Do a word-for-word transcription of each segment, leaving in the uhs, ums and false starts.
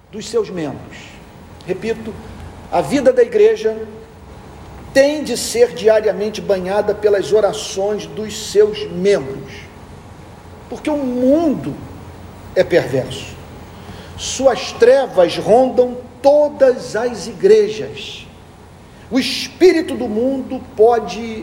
dos seus membros. Repito, a vida da igreja tem de ser diariamente banhada pelas orações dos seus membros, porque o mundo é perverso. Suas trevas rondam todas as igrejas. O espírito do mundo pode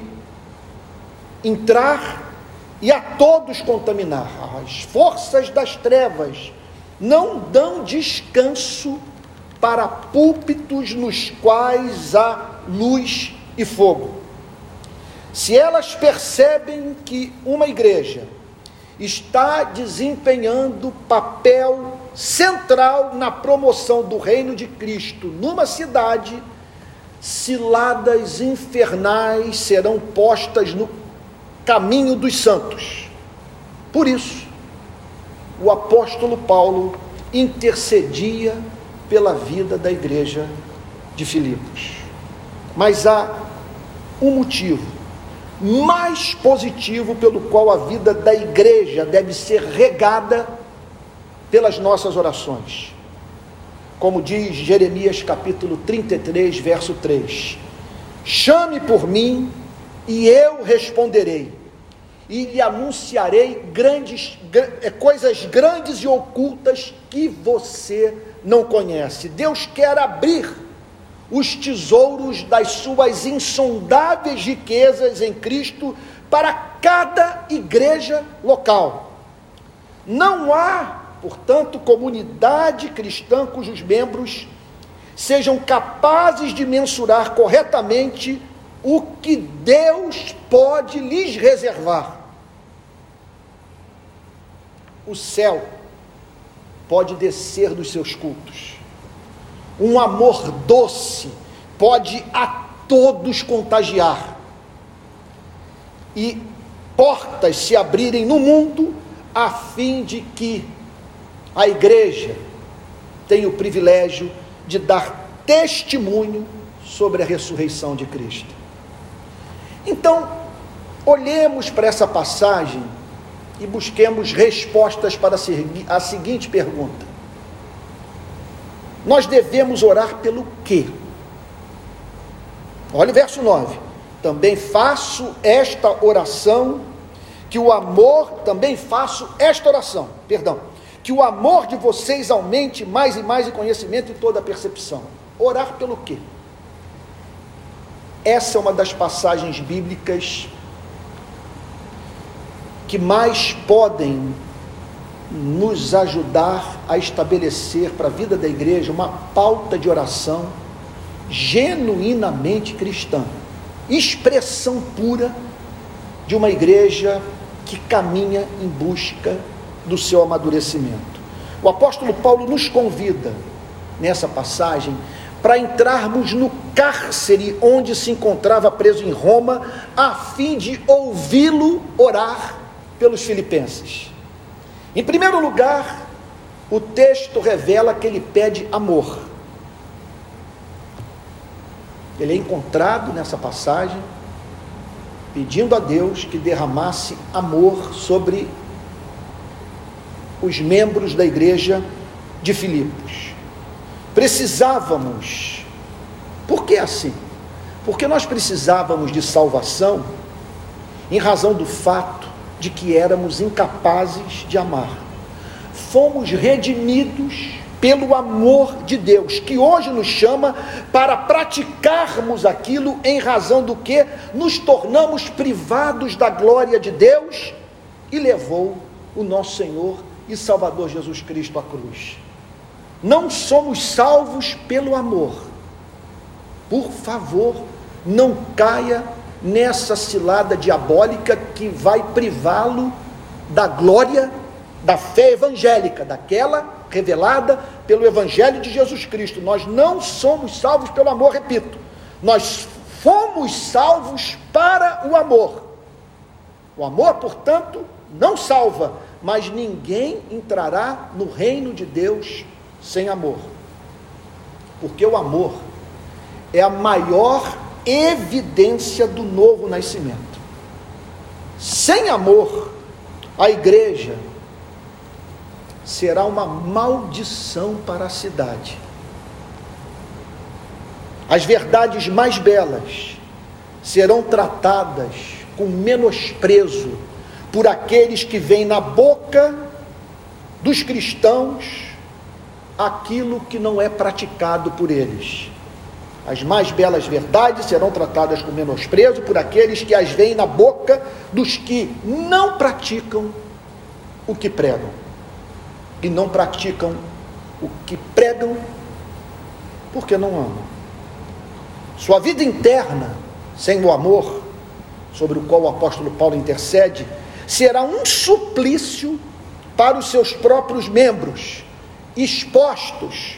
entrar e a todos contaminar. As forças das trevas não dão descanso para púlpitos nos quais há luz e fogo. Se elas percebem que uma igreja está desempenhando papel central na promoção do reino de Cristo numa cidade, ciladas infernais serão postas no caminho dos santos. Por isso, o apóstolo Paulo intercedia pela vida da igreja de Filipos. Mas há um motivo mais positivo pelo qual a vida da igreja deve ser regada pelas nossas orações. Como diz Jeremias capítulo trinta e três, verso três: chame por mim e eu responderei, e lhe anunciarei grandes, coisas grandes e ocultas que você não conhece. Deus quer abrir os tesouros das suas insondáveis riquezas em Cristo para cada igreja local. Não há, portanto, comunidade cristã cujos membros sejam capazes de mensurar corretamente o que Deus pode lhes reservar. O céu pode descer dos seus cultos. Um amor doce pode a todos contagiar. E portas se abrirem no mundo a fim de que a igreja tenha o privilégio de dar testemunho sobre a ressurreição de Cristo. Então, olhemos para essa passagem e busquemos respostas para a seguinte pergunta: nós devemos orar pelo quê? Olha o verso nove: também faço esta oração, que o amor, também faço esta oração, perdão, que o amor de vocês aumente mais e mais em conhecimento e toda a percepção. Orar pelo quê? Essa é uma das passagens bíblicas que mais podem nos ajudar a estabelecer para a vida da igreja uma pauta de oração genuinamente cristã, expressão pura de uma igreja que caminha em busca do seu amadurecimento. O apóstolo Paulo nos convida nessa passagem para entrarmos no cárcere onde se encontrava preso em Roma, a fim de ouvi-lo orar pelos filipenses. Em primeiro lugar, o texto revela que ele pede amor. Ele é encontrado nessa passagem pedindo a Deus que derramasse amor sobre os membros da igreja de Filipos. Precisávamos, por que assim? Porque nós precisávamos de salvação em razão do fato de que éramos incapazes de amar. Fomos redimidos pelo amor de Deus, que hoje nos chama para praticarmos aquilo em razão do que nos tornamos privados da glória de Deus e levou o nosso Senhor e Salvador Jesus Cristo à cruz. Não somos salvos pelo amor. Por favor, não caia nessa cilada diabólica que vai privá-lo da glória da fé evangélica, daquela revelada pelo Evangelho de Jesus Cristo. Nós não somos salvos pelo amor, repito, nós fomos salvos para o amor. O amor, portanto, não salva, mas ninguém entrará no reino de Deus sem amor, porque o amor é a maior evidência do novo nascimento. Sem amor, a igreja será uma maldição para a cidade. As verdades mais belas serão tratadas com menosprezo por aqueles que veem na boca dos cristãos aquilo que não é praticado por eles. As mais belas verdades serão tratadas com menosprezo por aqueles que as veem na boca dos que não praticam o que pregam. E não praticam o que pregam porque não amam. Sua vida interna, sem o amor, sobre o qual o apóstolo Paulo intercede, será um suplício para os seus próprios membros, expostos,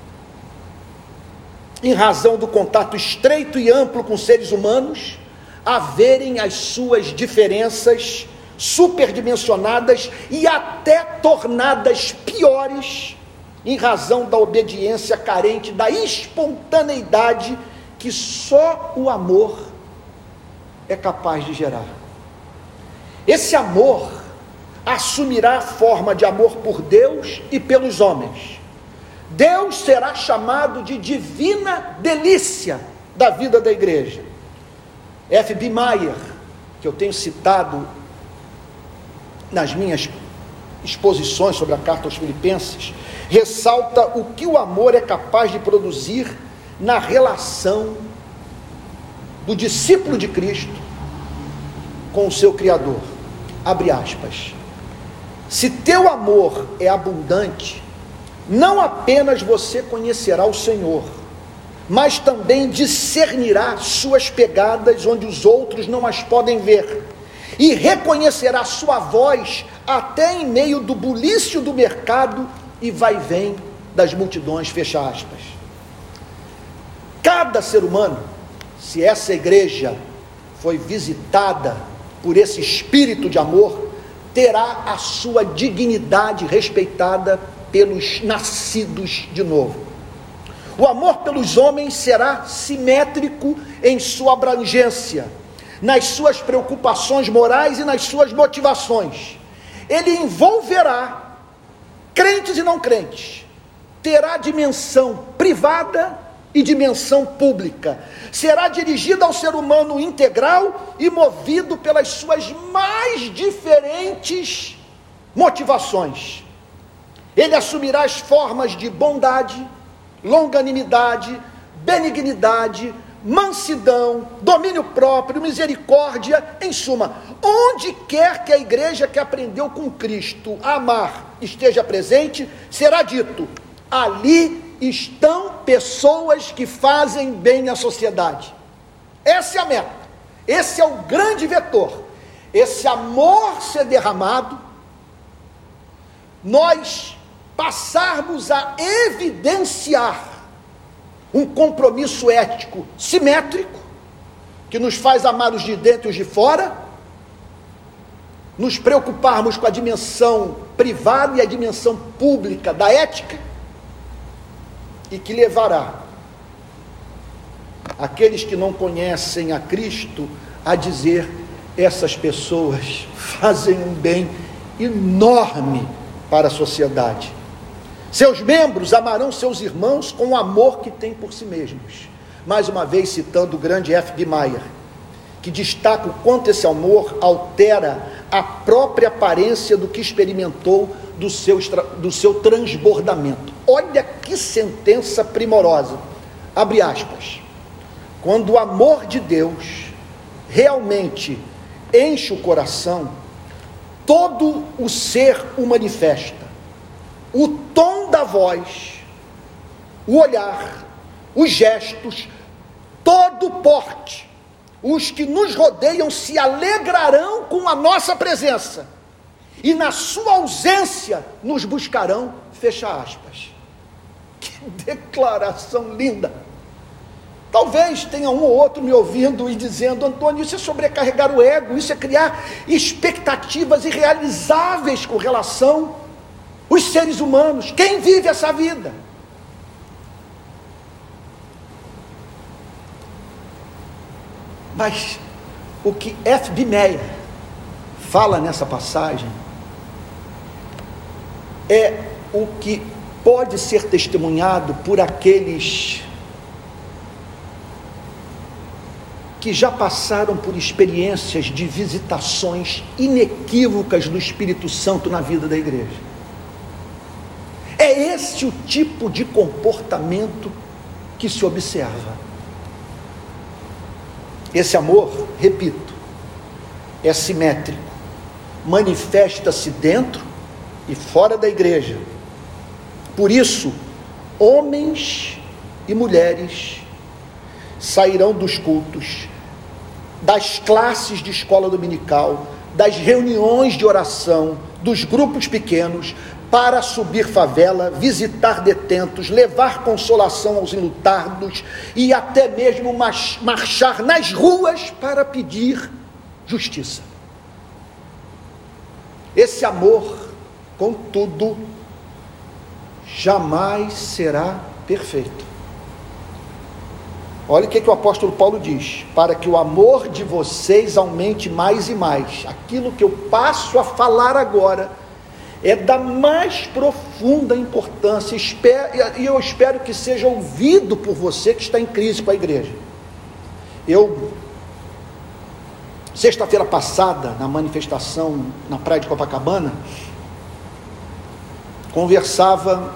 em razão do contato estreito e amplo com seres humanos, a verem as suas diferenças superdimensionadas e até tornadas piores, em razão da obediência carente, da espontaneidade que só o amor é capaz de gerar. Esse amor assumirá a forma de amor por Deus e pelos homens. Deus será chamado de divina delícia da vida da igreja. F B Meyer, que eu tenho citado nas minhas exposições sobre a carta aos Filipenses, ressalta o que o amor é capaz de produzir na relação do discípulo de Cristo com o seu Criador. Abre aspas. Se teu amor é abundante, não apenas você conhecerá o Senhor, mas também discernirá suas pegadas onde os outros não as podem ver, e reconhecerá sua voz até em meio do bulício do mercado e vai-vem das multidões, fecha aspas. Cada ser humano, se essa igreja foi visitada por esse espírito de amor, terá a sua dignidade respeitada pelos nascidos de novo. O amor pelos homens será simétrico em sua abrangência, nas suas preocupações morais e nas suas motivações. Ele envolverá crentes e não crentes, terá dimensão privada e dimensão pública, será dirigido ao ser humano integral e movido pelas suas mais diferentes motivações. Ele assumirá as formas de bondade, longanimidade, benignidade, mansidão, domínio próprio, misericórdia, em suma, onde quer que a igreja que aprendeu com Cristo a amar esteja presente, será dito, ali estão pessoas que fazem bem à sociedade. Essa é a meta, esse é o grande vetor, esse amor ser derramado, nós passarmos a evidenciar um compromisso ético simétrico, que nos faz amar os de dentro e os de fora, nos preocuparmos com a dimensão privada e a dimensão pública da ética, e que levará aqueles que não conhecem a Cristo a dizer, essas pessoas fazem um bem enorme para a sociedade. Seus membros amarão seus irmãos com o amor que têm por si mesmos. Mais uma vez citando o grande F B Meyer, que destaca o quanto esse amor altera a própria aparência do que experimentou do seu, do seu transbordamento. Olha que sentença primorosa. Abre aspas. Quando o amor de Deus realmente enche o coração, todo o ser o manifesta. O tom da voz, o olhar, os gestos, todo o porte. Os que nos rodeiam se alegrarão com a nossa presença, e na sua ausência nos buscarão, fecha aspas. Que declaração linda! Talvez tenha um ou outro me ouvindo e dizendo, Antônio, isso é sobrecarregar o ego, isso é criar expectativas irrealizáveis com relação aos seres humanos. Quem vive essa vida? Mas o que F B Meyer fala nessa passagem é o que pode ser testemunhado por aqueles que já passaram por experiências de visitações inequívocas do Espírito Santo na vida da igreja. É esse o tipo de comportamento que se observa. Esse amor, repito, é simétrico, manifesta-se dentro e fora da igreja. Por isso, homens e mulheres sairão dos cultos, das classes de escola dominical, das reuniões de oração, dos grupos pequenos, para subir favela, visitar detentos, levar consolação aos enlutados e até mesmo marchar nas ruas para pedir justiça. Esse amor, contudo, jamais será perfeito. Olha o que, que o apóstolo Paulo diz: para que o amor de vocês aumente mais e mais. Aquilo que eu passo a falar agora é da mais profunda importância, e eu espero que seja ouvido por você que está em crise com a igreja. Eu, sexta-feira passada, na manifestação na praia de Copacabana, conversava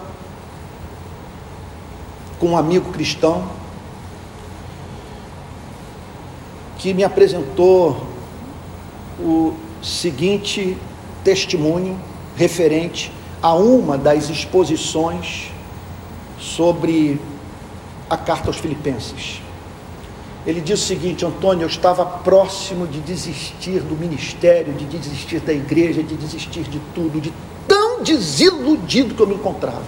com um amigo cristão que me apresentou o seguinte testemunho referente a uma das exposições sobre a carta aos Filipenses. Ele disse o seguinte: Antônio, eu estava próximo de desistir do ministério, de desistir da igreja, de desistir de tudo, de tão desiludido que eu me encontrava.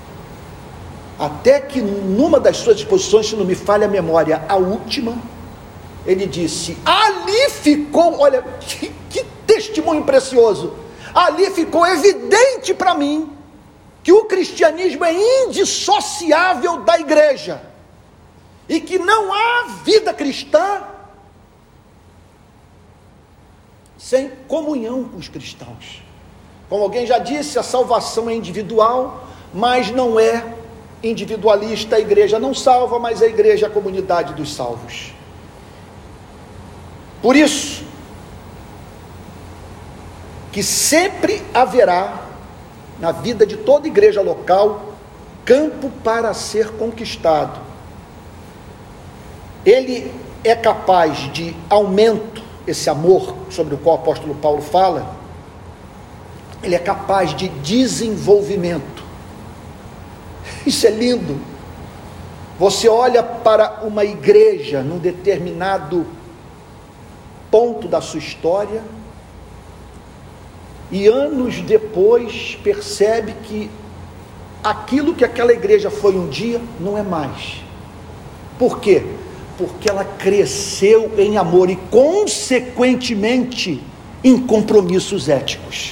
Até que numa das suas exposições, se não me falha a memória, a última, ele disse, ali ficou, olha, que, que testemunho precioso, ali ficou evidente para mim, que o cristianismo é indissociável da igreja, e que não há vida cristã sem comunhão com os cristãos. Como alguém já disse, a salvação é individual, mas não é individualista. A igreja não salva, mas a igreja é a comunidade dos salvos. Por isso, que sempre haverá, na vida de toda igreja local, campo para ser conquistado. Ele é capaz de aumento, esse amor sobre o qual o apóstolo Paulo fala, ele é capaz de desenvolvimento. Isso é lindo. Você olha para uma igreja num determinado ponto da sua história e anos depois percebe que aquilo que aquela igreja foi um dia não é mais. Por quê? Porque ela cresceu em amor e consequentemente em compromissos éticos.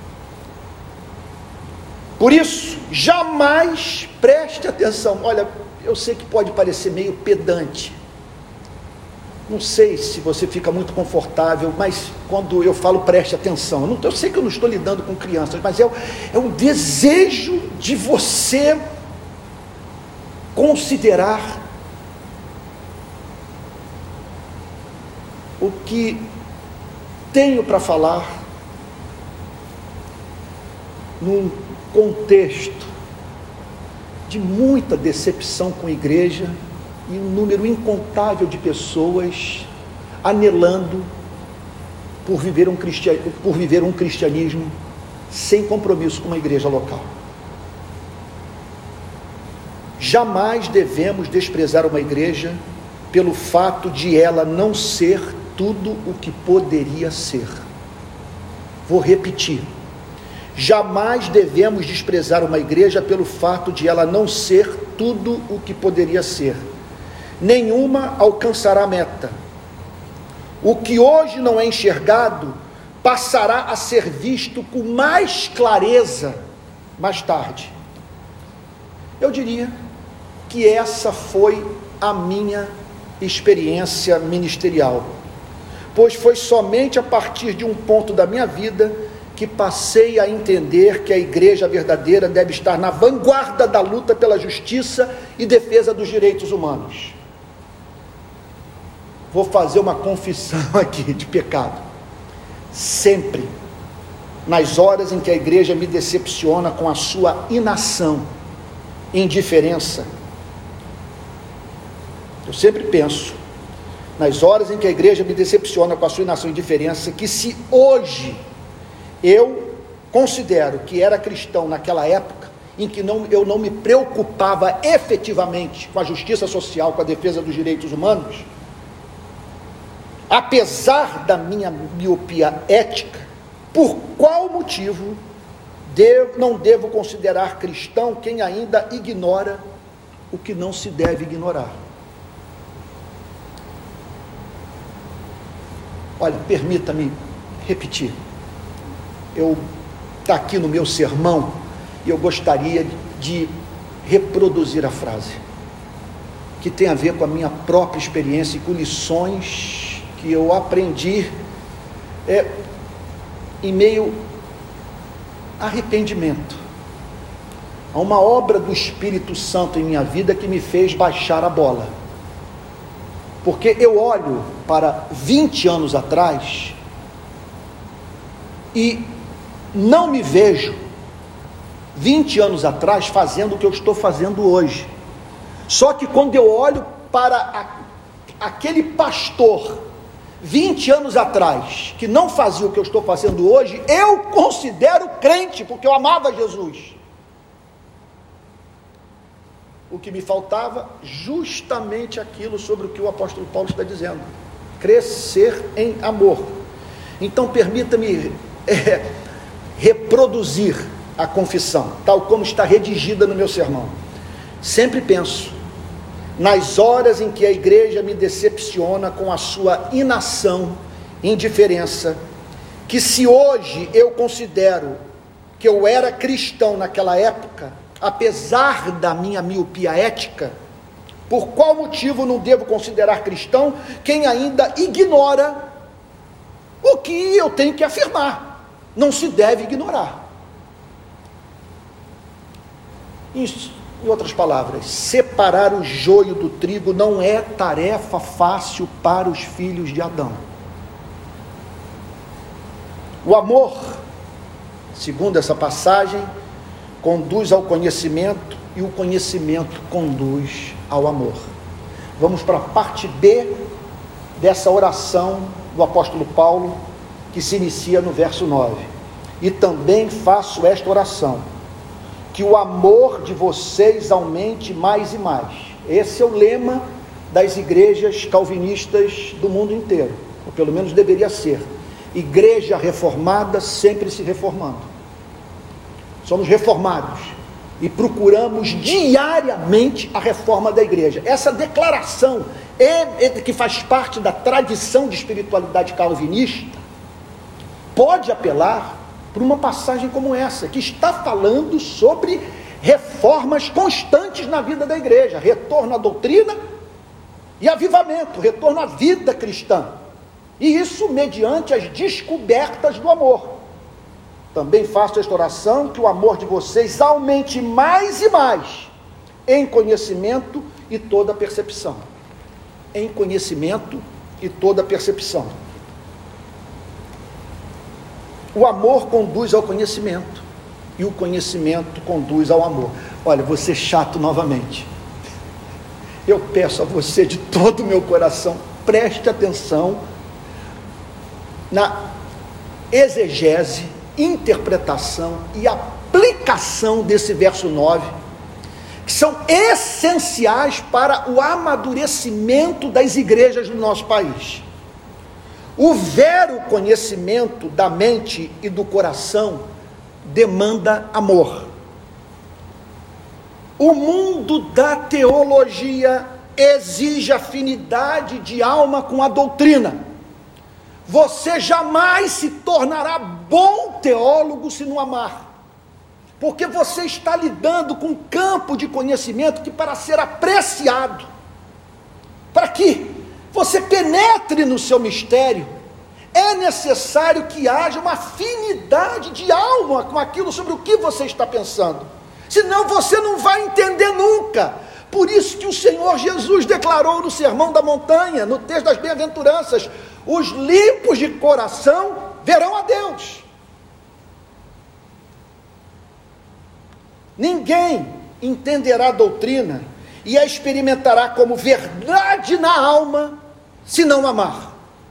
Por isso, jamais preste atenção. Olha, eu sei que pode parecer meio pedante, não sei se você fica muito confortável, mas quando eu falo preste atenção, eu, não, eu sei que eu não estou lidando com crianças, mas é, é um desejo de você considerar o que tenho para falar num contexto de muita decepção com a igreja e um número incontável de pessoas anelando por viver um cristianismo, por viver um cristianismo sem compromisso com uma igreja local. Jamais devemos desprezar uma igreja pelo fato de ela não ser tudo o que poderia ser. Vou repetir. Jamais devemos desprezar uma igreja pelo fato de ela não ser tudo o que poderia ser. Nenhuma alcançará a meta. O que hoje não é enxergado passará a ser visto com mais clareza mais tarde. Eu diria que essa foi a minha experiência ministerial, pois foi somente a partir de um ponto da minha vida que passei a entender que a igreja verdadeira deve estar na vanguarda da luta pela justiça e defesa dos direitos humanos. Vou fazer uma confissão aqui de pecado. Sempre, nas horas em que a igreja me decepciona com a sua inação, indiferença, eu sempre penso, nas horas em que a igreja me decepciona com a sua inação e indiferença, que se hoje eu considero que era cristão naquela época, em que não, eu não me preocupava efetivamente com a justiça social, com a defesa dos direitos humanos, apesar da minha miopia ética, por qual motivo devo, não devo considerar cristão quem ainda ignora o que não se deve ignorar? Olha, permita-me repetir. Eu está aqui no meu sermão e eu gostaria de reproduzir a frase, que tem a ver com a minha própria experiência e com lições que eu aprendi é, em meio a arrependimento, a uma obra do Espírito Santo em minha vida que me fez baixar a bola, porque eu olho para vinte anos atrás e não me vejo vinte anos atrás fazendo o que eu estou fazendo hoje. Só que quando eu olho para a, aquele pastor vinte anos atrás que não fazia o que eu estou fazendo hoje, eu considero crente, porque eu amava Jesus. O que me faltava, justamente aquilo sobre o que o apóstolo Paulo está dizendo: crescer em amor. Então permita-me é, reproduzir a confissão, tal como está redigida no meu sermão. Sempre penso, nas horas em que a igreja me decepciona com a sua inação, indiferença, que se hoje eu considero que eu era cristão naquela época, apesar da minha miopia ética, por qual motivo não devo considerar cristão quem ainda ignora o que eu tenho que afirmar? Não se deve ignorar. Isso, em outras palavras, separar o joio do trigo não é tarefa fácil para os filhos de Adão. O amor, segundo essa passagem, conduz ao conhecimento, e o conhecimento conduz ao amor. Vamos para a parte B dessa oração do apóstolo Paulo, que se inicia no verso nove. E também faço esta oração, que o amor de vocês aumente mais e mais. Esse é o lema das igrejas calvinistas do mundo inteiro, ou pelo menos deveria ser. Igreja reformada sempre se reformando. Somos reformados e procuramos diariamente a reforma da igreja. Essa declaração é, é, que faz parte da tradição de espiritualidade calvinista, pode apelar para uma passagem como essa, que está falando sobre reformas constantes na vida da igreja, retorno à doutrina e avivamento, retorno à vida cristã, e isso mediante as descobertas do amor. Também faço esta oração, que o amor de vocês aumente mais e mais em conhecimento e toda percepção. Em conhecimento e toda percepção. O amor conduz ao conhecimento, e o conhecimento conduz ao amor. Olha, vou ser chato novamente. Eu peço a você de todo o meu coração, preste atenção na exegese, interpretação e aplicação desse verso nove, que são essenciais para o amadurecimento das igrejas do nosso país. O vero conhecimento da mente e do coração demanda amor. O mundo da teologia exige afinidade de alma com a doutrina. Você jamais se tornará bom teólogo se não amar, porque você está lidando com um campo de conhecimento que, para ser apreciado, para que você penetre no seu mistério, é necessário que haja uma afinidade de alma com aquilo sobre o que você está pensando, senão você não vai entender nunca. Por isso que o Senhor Jesus declarou no Sermão da Montanha, no texto das Bem-aventuranças: os limpos de coração verão a Deus. Ninguém entenderá a doutrina e a experimentará como verdade na alma, se não amar.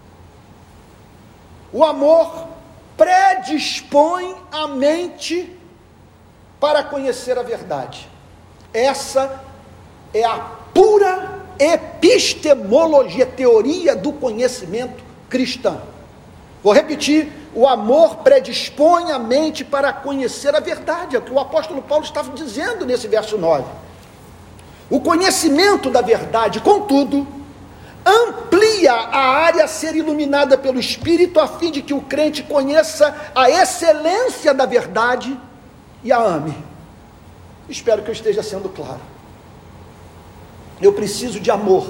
O amor predispõe a mente para conhecer a verdade. Essa é a pura epistemologia, teoria do conhecimento cristão. Vou repetir: o amor predispõe a mente para conhecer a verdade. É o que o apóstolo Paulo estava dizendo nesse verso nove. O conhecimento da verdade, contudo, amplia a área a ser iluminada pelo Espírito, a fim de que o crente conheça a excelência da verdade e a ame. Espero que eu esteja sendo claro. Eu preciso de amor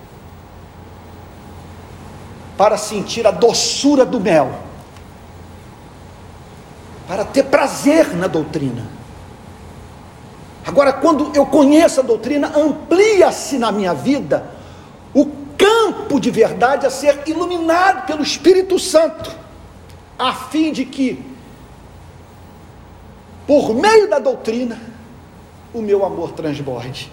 para sentir a doçura do mel, para ter prazer na doutrina. Agora, quando eu conheço a doutrina, amplia-se na minha vida o campo de verdade a ser iluminado pelo Espírito Santo, a fim de que, por meio da doutrina, o meu amor transborde.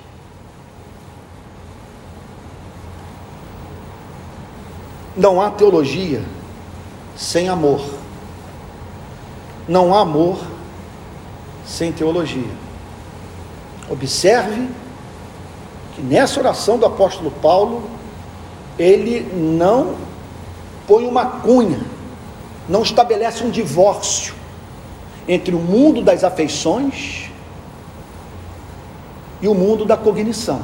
Não há teologia sem amor. Não há amor sem teologia. Observe que nessa oração do apóstolo Paulo, ele não põe uma cunha, não estabelece um divórcio entre o mundo das afeições e o mundo da cognição.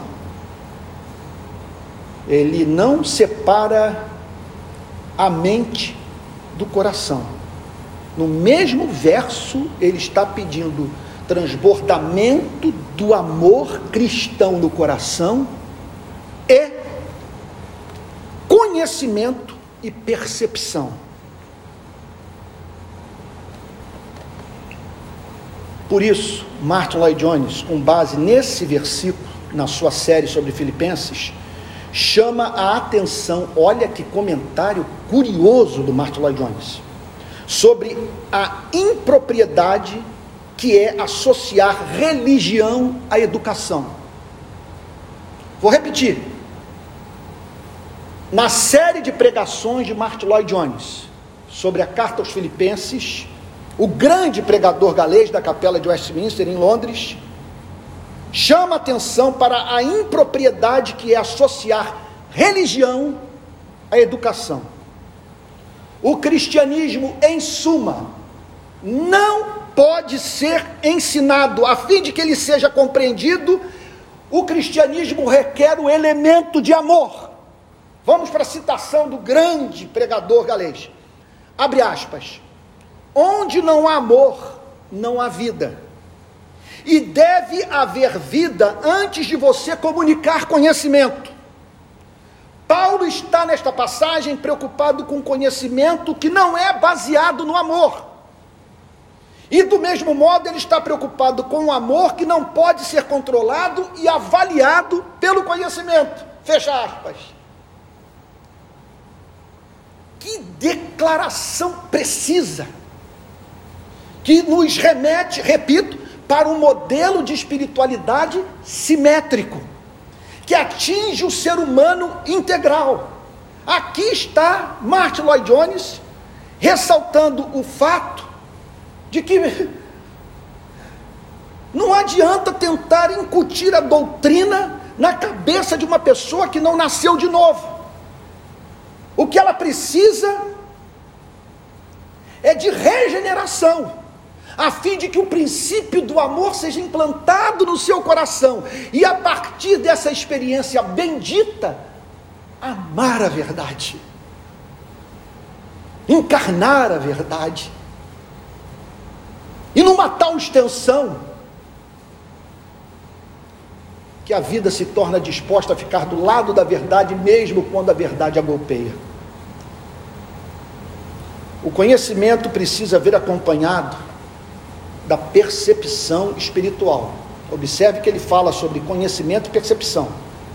Ele não separa a mente do coração. No mesmo verso, ele está pedindo transbordamento do amor cristão no coração e conhecimento e percepção. Por isso, Martin Lloyd Jones, com base nesse versículo, na sua série sobre Filipenses, chama a atenção, olha que comentário curioso do Martin Lloyd Jones, sobre a impropriedade que é associar religião à educação. Vou repetir. Na série de pregações de Martin Lloyd Jones sobre a carta aos Filipenses, o grande pregador galês da capela de Westminster, em Londres, chama atenção para a impropriedade que é associar religião à educação. O cristianismo, em suma, não pode ser ensinado. A fim de que ele seja compreendido, o cristianismo requer o elemento de amor. Vamos para a citação do grande pregador galês. Abre aspas. Onde não há amor, não há vida. E deve haver vida antes de você comunicar conhecimento. Paulo está nesta passagem preocupado com conhecimento que não é baseado no amor. E do mesmo modo ele está preocupado com um amor que não pode ser controlado e avaliado pelo conhecimento. Fecha aspas. Que declaração precisa, que nos remete, repito, para um modelo de espiritualidade simétrico, que atinge o ser humano integral. Aqui está Martin Lloyd Jones ressaltando o fato de que não adianta tentar incutir a doutrina na cabeça de uma pessoa que não nasceu de novo. O que ela precisa é de regeneração, a fim de que o princípio do amor seja implantado no seu coração, e a partir dessa experiência bendita, amar a verdade, encarnar a verdade, e numa tal extensão, que a vida se torna disposta a ficar do lado da verdade, mesmo quando a verdade a golpeia. conhecimento precisa vir acompanhado da percepção espiritual. Observe que ele fala sobre conhecimento e percepção.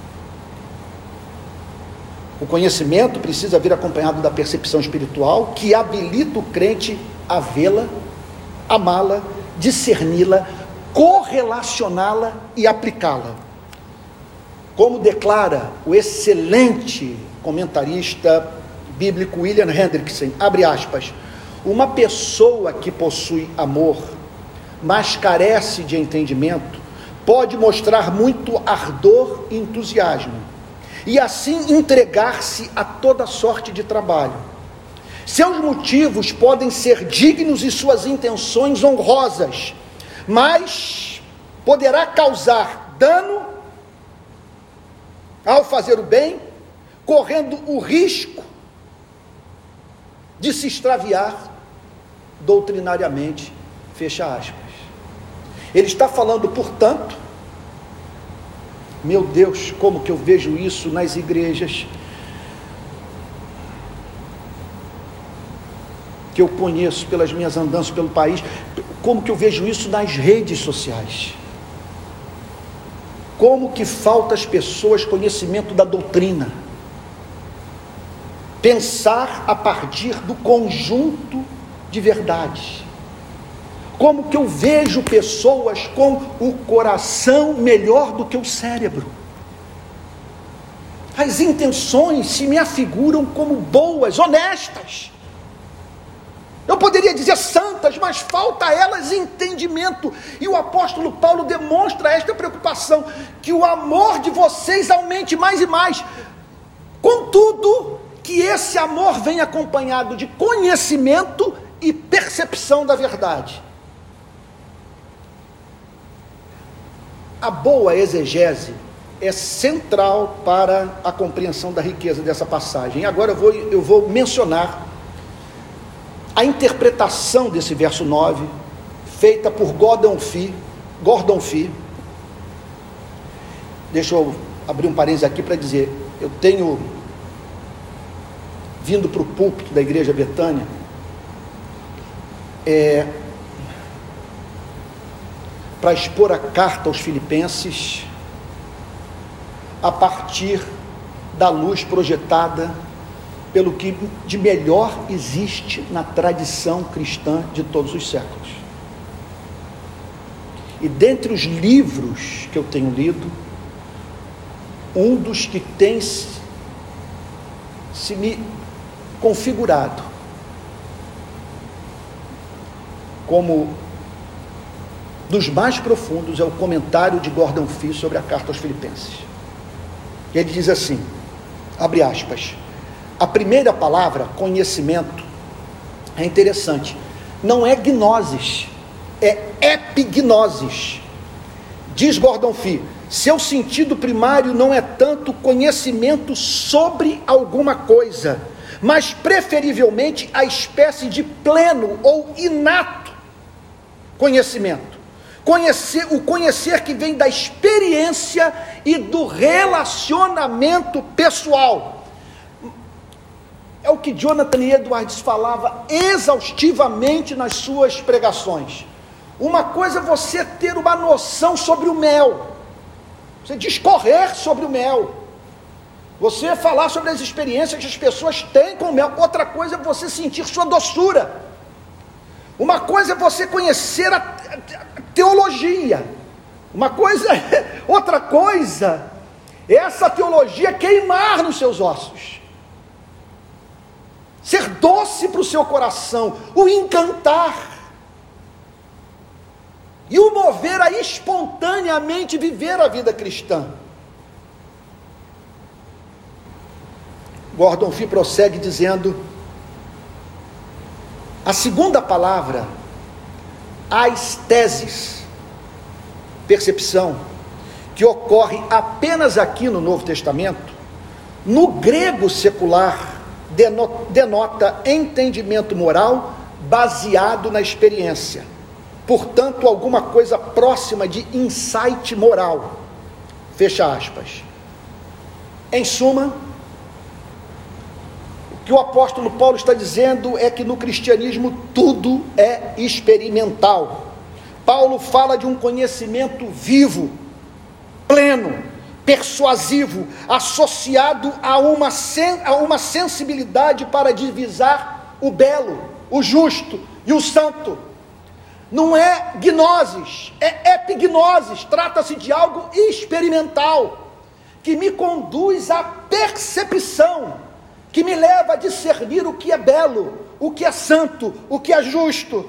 O conhecimento precisa vir acompanhado da percepção espiritual, que habilita o crente a vê-la, amá-la, discerni-la, correlacioná-la e aplicá-la. Como declara o excelente comentarista bíblico William Hendrickson, abre aspas, uma pessoa que possui amor, mas carece de entendimento, pode mostrar muito ardor e entusiasmo, e assim entregar-se a toda sorte de trabalho. Seus motivos podem ser dignos e suas intenções honrosas, mas poderá causar dano ao fazer o bem, correndo o risco de se extraviar doutrinariamente, fecha aspas. Ele está falando, portanto, meu Deus, como que eu vejo isso nas igrejas que eu conheço pelas minhas andanças pelo país, como que eu vejo isso nas redes sociais, como que falta às pessoas conhecimento da doutrina, pensar a partir do conjunto de verdades, como que eu vejo pessoas com o coração melhor do que o cérebro, as intenções se me afiguram como boas, honestas, eu poderia dizer santas, mas falta a elas entendimento, e o apóstolo Paulo demonstra esta preocupação, que o amor de vocês aumente mais e mais, contudo, que esse amor venha acompanhado de conhecimento e percepção da verdade. A boa exegese é central para a compreensão da riqueza dessa passagem. Agora eu vou, eu vou mencionar a interpretação desse verso nove, feita por Gordon Fee, Gordon Fee. Deixa eu abrir um parênteses aqui para dizer, eu tenho vindo para o púlpito da igreja Betânia, é, para expor a carta aos Filipenses, a partir da luz projetada pelo que de melhor existe na tradição cristã de todos os séculos. E dentre os livros que eu tenho lido, um dos que tem se, se me configurado como dos mais profundos é o comentário de Gordon Fee sobre a carta aos Filipenses. Ele diz assim, abre aspas, a primeira palavra, conhecimento, é interessante, não é gnosis, é epignosis. Diz Gordon Fee, seu sentido primário não é tanto conhecimento sobre alguma coisa, mas preferivelmente a espécie de pleno ou inato conhecimento. Conhecer, o conhecer que vem da experiência e do relacionamento pessoal. É o que Jonathan Edwards falava exaustivamente nas suas pregações. Uma coisa é você ter uma noção sobre o mel, você discorrer sobre o mel, você falar sobre as experiências que as pessoas têm com o mel. Outra coisa é você sentir sua doçura. Uma coisa é você conhecer a, a teologia. Uma coisa, outra coisa é essa teologia queimar nos seus ossos, ser doce para o seu coração, o encantar e o mover a espontaneamente viver a vida cristã. Gordon Fee prossegue dizendo, a segunda palavra, aistesis, percepção, que ocorre apenas aqui no Novo Testamento, no grego secular, denota entendimento moral baseado na experiência, portanto alguma coisa próxima de insight moral, fecha aspas. Em suma, o que o apóstolo Paulo está dizendo é que no cristianismo tudo é experimental. Paulo fala de um conhecimento vivo, pleno, persuasivo, associado a uma, sen, a uma sensibilidade para divisar o belo, o justo e o santo. Não é gnoses, é epignosis. Trata-se de algo experimental, que me conduz à percepção, que me leva a discernir o que é belo, o que é santo, o que é justo.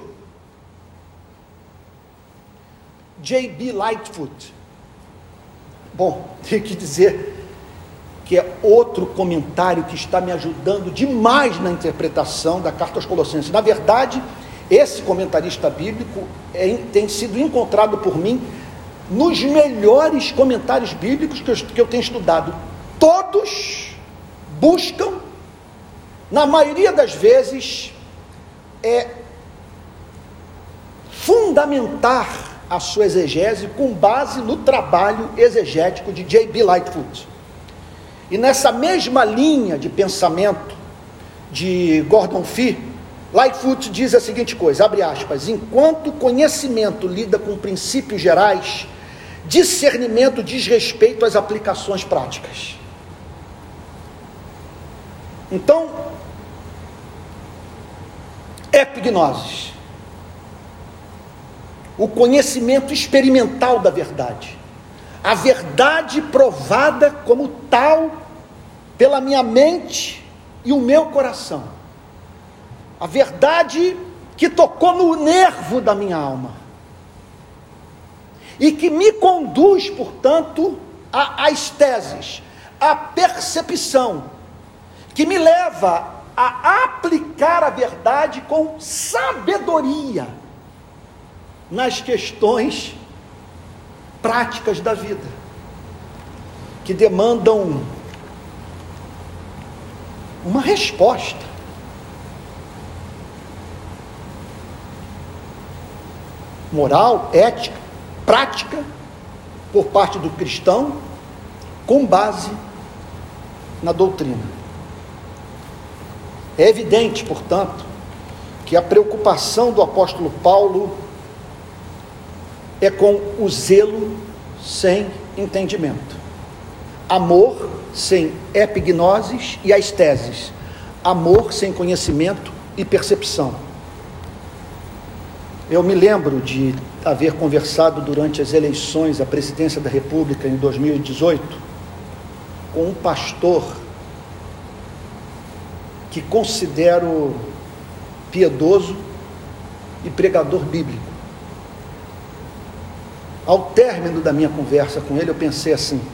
J B Lightfoot, bom, tenho que dizer que é outro comentário que está me ajudando demais na interpretação da carta aos Colossenses. Na verdade, esse comentarista bíblico é, tem sido encontrado por mim nos melhores comentários bíblicos que eu, que eu tenho estudado. Todos buscam, na maioria das vezes, é fundamentar a sua exegese com base no trabalho exegético de J B Lightfoot. E nessa mesma linha de pensamento de Gordon Fee, Lightfoot diz a seguinte coisa, abre aspas: enquanto o conhecimento lida com princípios gerais, discernimento diz respeito às aplicações práticas. Então, epignosis, o conhecimento experimental da verdade, a verdade provada como tal pela minha mente e o meu coração, a verdade que tocou no nervo da minha alma e que me conduz, portanto, às teses, à percepção, que me leva a aplicar a verdade com sabedoria nas questões práticas da vida, que demandam uma resposta. Moral, ética, prática, por parte do cristão, com base na doutrina. É evidente, portanto, que a preocupação do apóstolo Paulo é com o zelo sem entendimento, amor sem epignoses e as teses, amor sem conhecimento e percepção. Eu me lembro de haver conversado durante as eleições à presidência da República em dois mil e dezoito com um pastor que considero piedoso e pregador bíblico. Ao término da minha conversa com ele, eu pensei assim: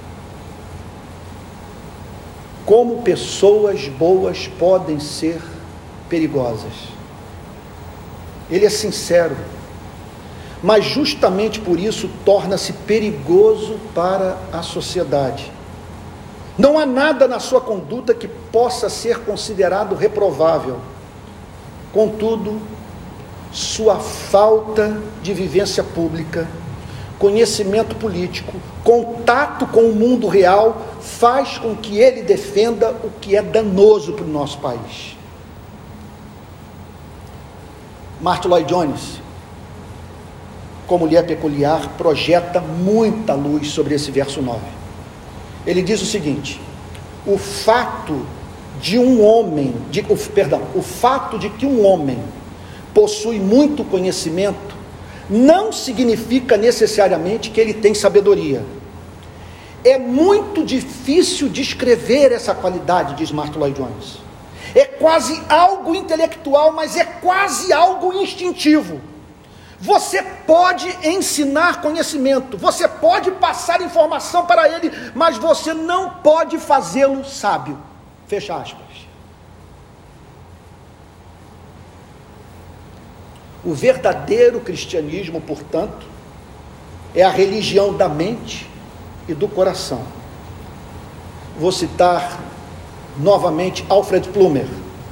como pessoas boas podem ser perigosas? Ele é sincero, mas justamente por isso torna-se perigoso para a sociedade. Não há nada na sua conduta que possa ser considerado reprovável. Contudo, sua falta de vivência pública, conhecimento político, contato com o mundo real, faz com que ele defenda o que é danoso para o nosso país. Martin Lloyd Jones, como lhe é peculiar, projeta muita luz sobre esse verso nove. Ele diz o seguinte: o fato de um homem, de, o, perdão, o fato de que um homem possui muito conhecimento, não significa necessariamente que ele tem sabedoria. É muito difícil descrever essa qualidade, diz Martin Lloyd Jones. É quase algo intelectual, mas é quase algo instintivo. Você pode ensinar conhecimento, você pode passar informação para ele, mas você não pode fazê-lo sábio. Fecha aspas. O verdadeiro cristianismo, portanto, é a religião da mente e do coração. Vou citar novamente Alfred Plummer,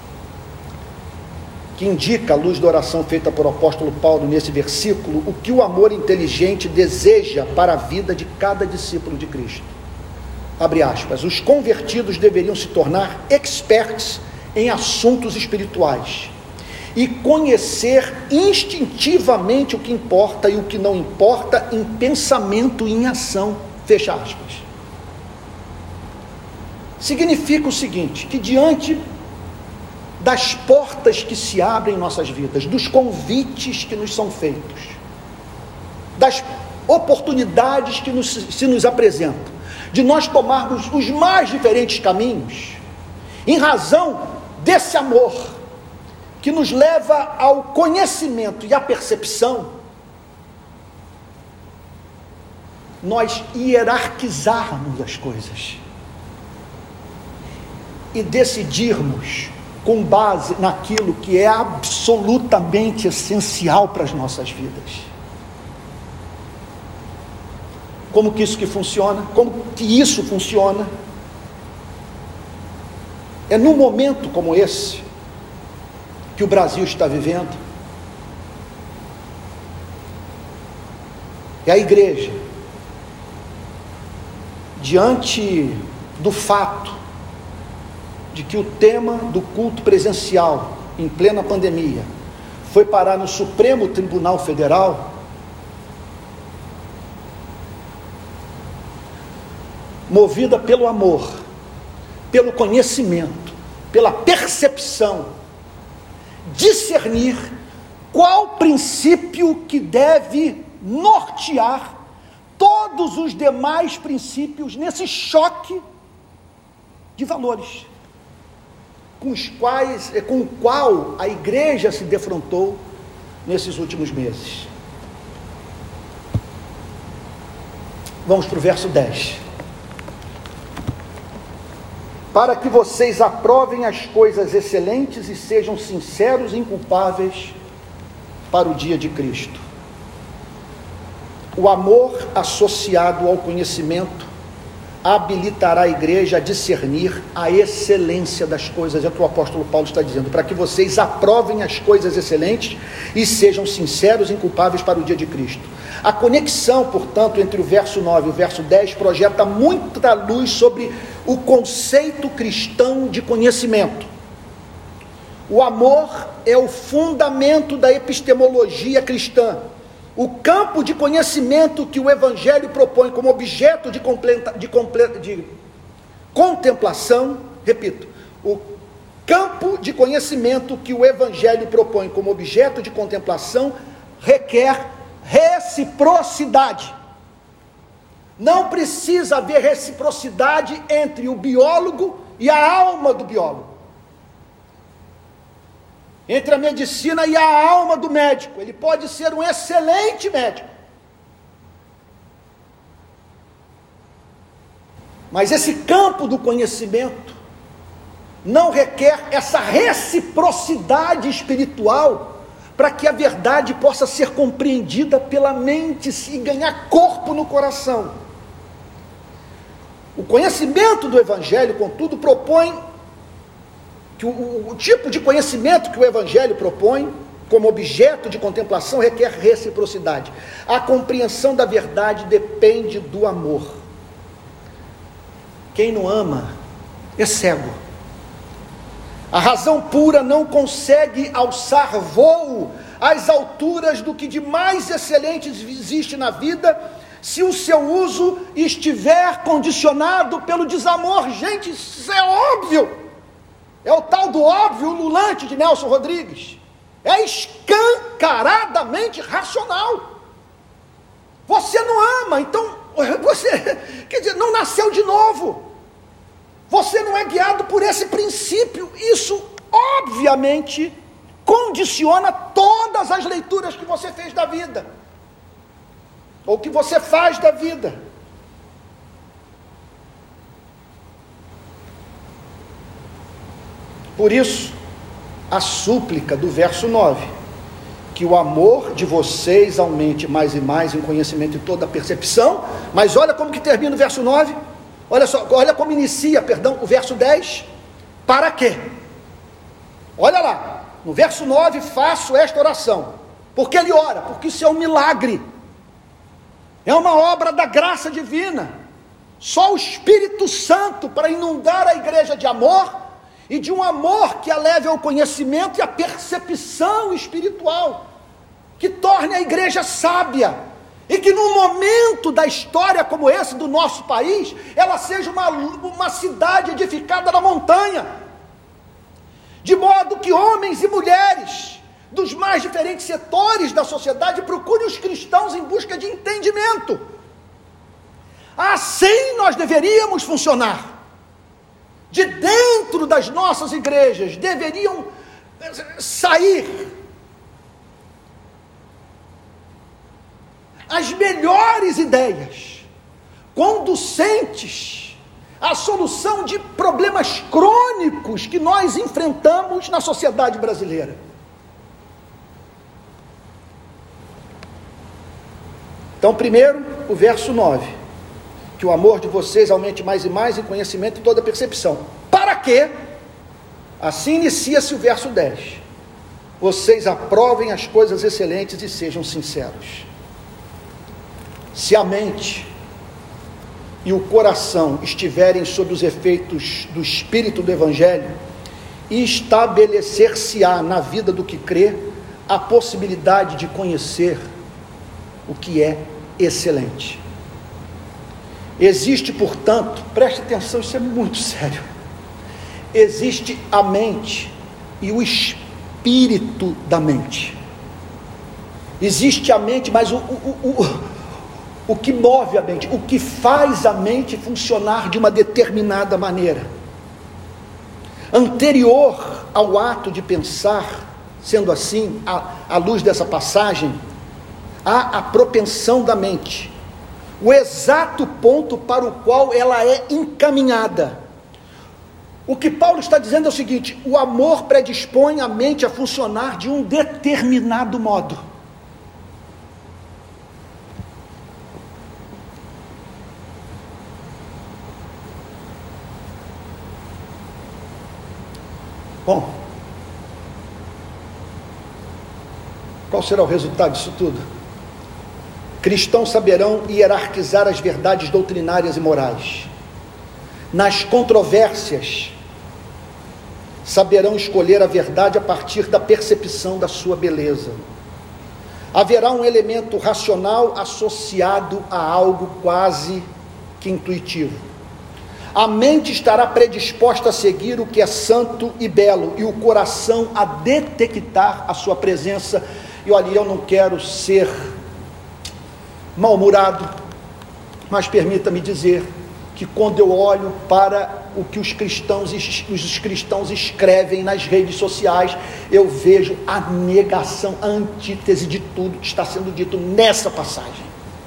que indica, à luz da oração feita por apóstolo Paulo nesse versículo, o que o amor inteligente deseja para a vida de cada discípulo de Cristo. Abre aspas: os convertidos deveriam se tornar experts em assuntos espirituais e conhecer instintivamente o que importa e o que não importa em pensamento e em ação, fecha aspas. Significa o seguinte, que diante das portas que se abrem em nossas vidas, dos convites que nos são feitos, das oportunidades que nos, se nos apresentam, de nós tomarmos os mais diferentes caminhos, em razão desse amor, que nos leva ao conhecimento e à percepção, nós hierarquizarmos as coisas, e decidirmos com base naquilo que é absolutamente essencial para as nossas vidas. Como que isso que funciona? Como que isso funciona? É num momento como esse que o Brasil está vivendo, e a igreja, diante do fato de que o tema do culto presencial em plena pandemia foi parar no Supremo Tribunal Federal, movida pelo amor, pelo conhecimento, pela percepção, discernir qual princípio que deve nortear todos os demais princípios nesse choque de valores com os quais, com o qual a igreja se defrontou nesses últimos meses. Vamos para o verso dez. Para que vocês aprovem as coisas excelentes e sejam sinceros e inculpáveis para o dia de Cristo. O amor associado ao conhecimento habilitará a igreja a discernir a excelência das coisas, é o que o apóstolo Paulo está dizendo, para que vocês aprovem as coisas excelentes e sejam sinceros e inculpáveis para o dia de Cristo. A conexão, portanto, entre o verso nove e o verso dez projeta muita luz sobre o conceito cristão de conhecimento. O amor é o fundamento da epistemologia cristã. O campo de conhecimento que o Evangelho propõe como objeto de, completa, de, completa, de contemplação, repito, o campo de conhecimento que o Evangelho propõe como objeto de contemplação requer reciprocidade. Não precisa haver reciprocidade entre o biólogo e a alma do biólogo, entre a medicina e a alma do médico. Ele pode ser um excelente médico, mas esse campo do conhecimento não requer essa reciprocidade espiritual para que a verdade possa ser compreendida pela mente e ganhar corpo no coração. O conhecimento do Evangelho, contudo, propõe que o, o, o tipo de conhecimento que o Evangelho propõe como objeto de contemplação requer reciprocidade. A compreensão da verdade depende do amor. Quem não ama é cego. A razão pura não consegue alçar voo às alturas do que de mais excelente existe na vida, se o seu uso estiver condicionado pelo desamor. Gente, isso é óbvio. É o tal do óbvio ululante de Nelson Rodrigues. É escancaradamente racional. Você não ama, então você, quer dizer, não nasceu de novo. Você não é guiado por esse princípio. Isso, obviamente, condiciona todas as leituras que você fez da vida, ou que você faz da vida. Por isso, a súplica do verso nove, que o amor de vocês aumente mais e mais em conhecimento e toda a percepção. Mas olha como que termina o verso nove, olha só, olha como inicia, perdão, o verso dez, para quê? Olha lá, no verso nove, faço esta oração. Por que ele ora? Porque isso é um milagre, é uma obra da graça divina. Só o Espírito Santo, para inundar a igreja de amor e de um amor que a leve ao conhecimento e à percepção espiritual, que torne a igreja sábia, e que num momento da história como esse do nosso país, ela seja uma, uma cidade edificada na montanha, de modo que homens e mulheres dos mais diferentes setores da sociedade procurem os cristãos em busca de entendimento. Assim nós deveríamos funcionar. De dentro das nossas igrejas deveriam sair as melhores ideias, conducentes à solução de problemas crônicos que nós enfrentamos na sociedade brasileira. Então, primeiro, o verso nove, que o amor de vocês aumente mais e mais em conhecimento e toda percepção. Para quê? Assim inicia-se o verso dez. Vocês aprovem as coisas excelentes e sejam sinceros. Se a mente e o coração estiverem sob os efeitos do Espírito do Evangelho, estabelecer-se-á na vida do que crê a possibilidade de conhecer o que é excelente. Existe, portanto, preste atenção, isso é muito sério, existe a mente e o espírito da mente. Existe a mente, mas o, o, o, o que move a mente, o que faz a mente funcionar de uma determinada maneira, anterior ao ato de pensar. Sendo assim, à, à luz dessa passagem, há a propensão da mente, o exato ponto para o qual ela é encaminhada. O que Paulo está dizendo é o seguinte: o amor predispõe a mente a funcionar de um determinado modo. Bom, qual será o resultado disso tudo? Cristãos saberão hierarquizar as verdades doutrinárias e morais. Nas controvérsias, saberão escolher a verdade a partir da percepção da sua beleza. Haverá um elemento racional associado a algo quase que intuitivo. A mente estará predisposta a seguir o que é santo e belo, e o coração a detectar a sua presença. E olha, eu não quero ser mal-humorado, mas permita-me dizer que quando eu olho para o que os cristãos, os cristãos escrevem nas redes sociais, eu vejo a negação, a antítese de tudo que está sendo dito nessa passagem.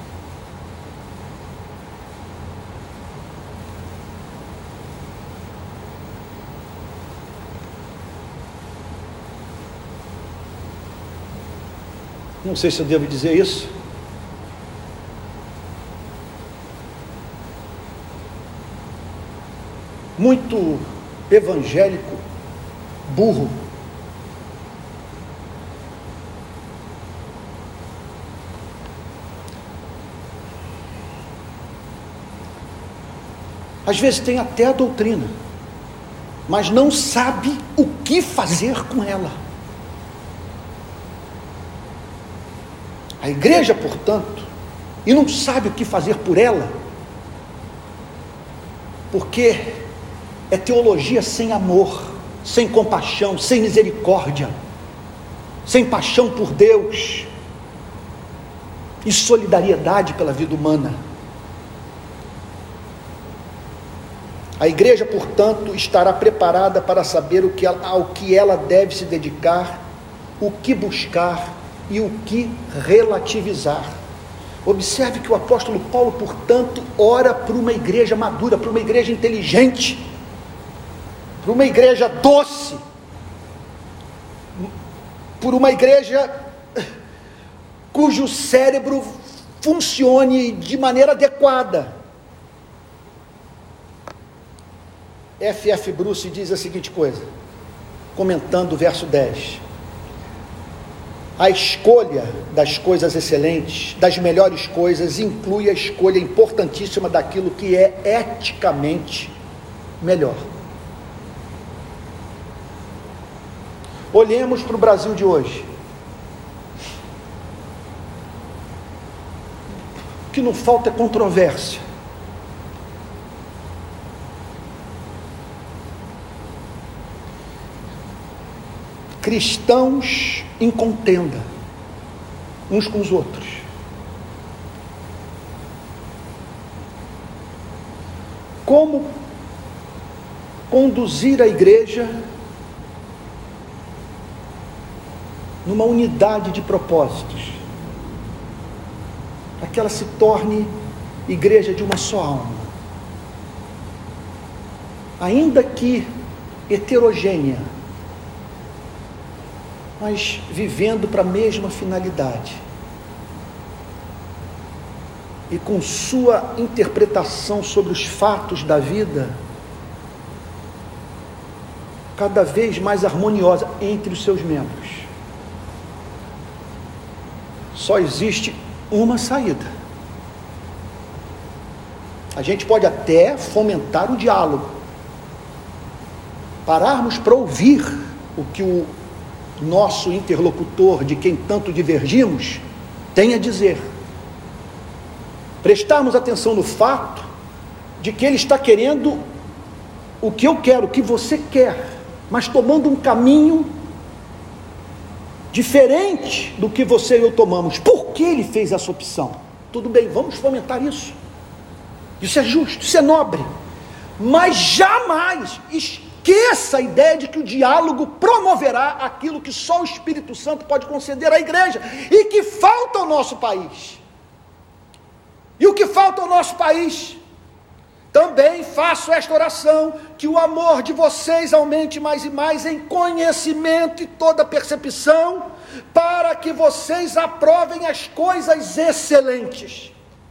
Não sei se eu devo dizer isso. Muito evangélico burro. Às vezes tem até a doutrina, mas não sabe o que fazer com ela. A igreja, portanto, e não sabe o que fazer por ela, porque é teologia sem amor, sem compaixão, sem misericórdia, sem paixão por Deus e solidariedade pela vida humana. A igreja, portanto, estará preparada para saber o que ela, ao que ela deve se dedicar, o que buscar e o que relativizar. Observe que o apóstolo Paulo, portanto, ora por uma igreja madura, por uma igreja inteligente, por uma igreja doce, por uma igreja cujo cérebro funcione de maneira adequada. F F Bruce diz a seguinte coisa, comentando o verso dez: a escolha das coisas excelentes, das melhores coisas, inclui a escolha importantíssima daquilo que é eticamente melhor. Olhemos para o Brasil de hoje. O que não falta é controvérsia. Cristãos em contenda uns com os outros. Como conduzir a igreja numa unidade de propósitos, para que ela se torne igreja de uma só alma, ainda que heterogênea, mas vivendo para a mesma finalidade e com sua interpretação sobre os fatos da vida cada vez mais harmoniosa entre os seus membros. Só existe uma saída. A gente pode até fomentar o diálogo, pararmos para ouvir o que o nosso interlocutor, de quem tanto divergimos, tem a dizer, prestarmos atenção no fato de que ele está querendo o que eu quero, o que você quer, mas tomando um caminho diferente do que você e eu tomamos. Por que ele fez essa opção? Tudo bem, vamos fomentar isso. Isso é justo, isso é nobre, mas jamais esqueça a ideia de que o diálogo promoverá aquilo que só o Espírito Santo pode conceder à igreja e que falta ao nosso país. E o que falta ao nosso país? Também faço esta oração, que o amor de vocês aumente mais e mais em conhecimento e toda percepção, para que vocês aprovem as coisas excelentes.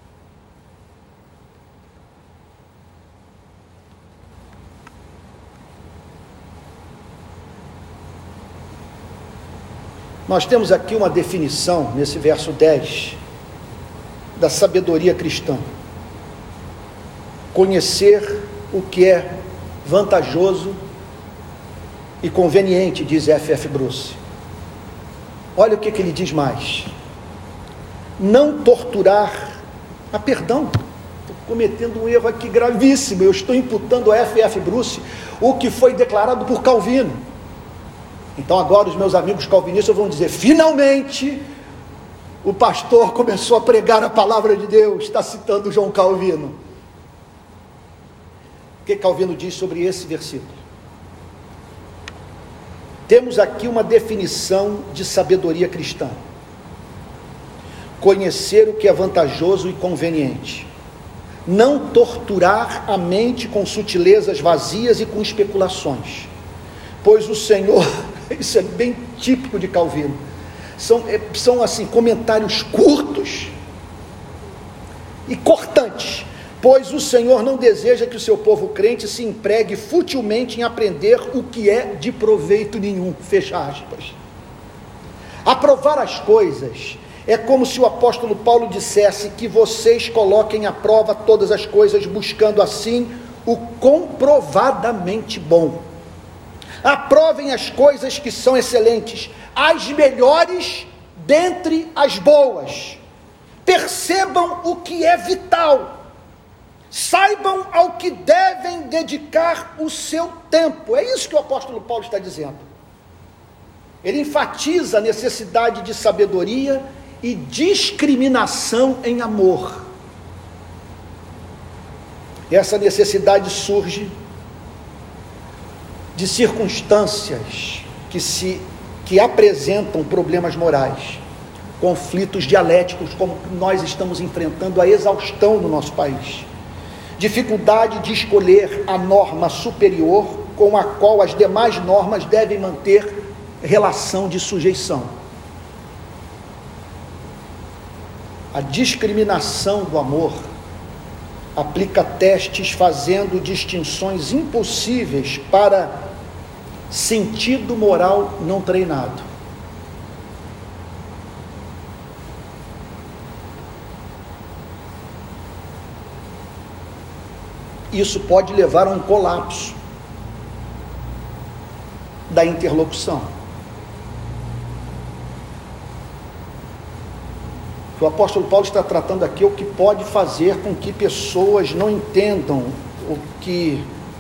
Nós temos aqui uma definição, nesse verso dez, da sabedoria cristã. Conhecer o que é vantajoso e conveniente, diz F F Bruce. Olha o que, que ele diz mais. Não torturar, ah, perdão, estou cometendo um erro aqui gravíssimo, eu estou imputando a F F Bruce o que foi declarado por Calvino. Então agora os meus amigos calvinistas vão dizer, finalmente o pastor começou a pregar a palavra de Deus, está citando João Calvino. O que Calvino diz sobre esse versículo? Temos aqui uma definição de sabedoria cristã. Conhecer o que é vantajoso e conveniente. Não torturar a mente com sutilezas vazias e com especulações. Pois o Senhor, isso é bem típico de Calvino, são, são assim, comentários curtos e cortantes. Pois o Senhor não deseja que o seu povo crente se empregue futilmente em aprender o que é de proveito nenhum, fecha aspas. Aprovar as coisas é como se o apóstolo Paulo dissesse que vocês coloquem à prova todas as coisas, buscando assim o comprovadamente bom. Aprovem as coisas que são excelentes, as melhores dentre as boas. Percebam o que é vital. Saibam ao que devem dedicar o seu tempo. É isso que o apóstolo Paulo está dizendo. Ele enfatiza a necessidade de sabedoria e discriminação em amor. Essa necessidade surge de circunstâncias que, se, que apresentam problemas morais, conflitos dialéticos, como nós estamos enfrentando a exaustão no nosso país. Dificuldade de escolher a norma superior com a qual as demais normas devem manter relação de sujeição. A discriminação do amor aplica testes fazendo distinções impossíveis para sentido moral não treinado. Isso pode levar a um colapso da interlocução. que o apóstolo Paulo está tratando aqui é o que pode fazer com que pessoas não entendam o que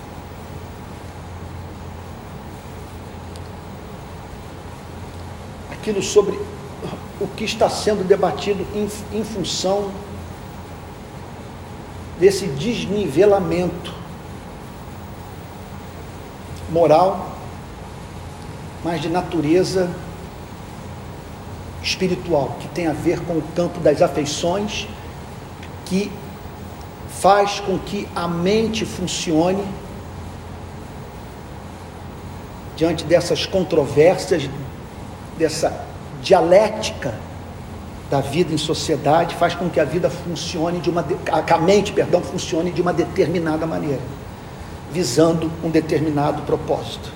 aquilo sobre o que está sendo debatido em, em função desse desnivelamento moral, mas de natureza espiritual, que tem a ver com o campo das afeições, que faz com que a mente funcione diante dessas controvérsias, dessa dialética da vida em sociedade, faz com que a vida funcione de uma, a mente, perdão, funcione de uma determinada maneira, visando um determinado propósito.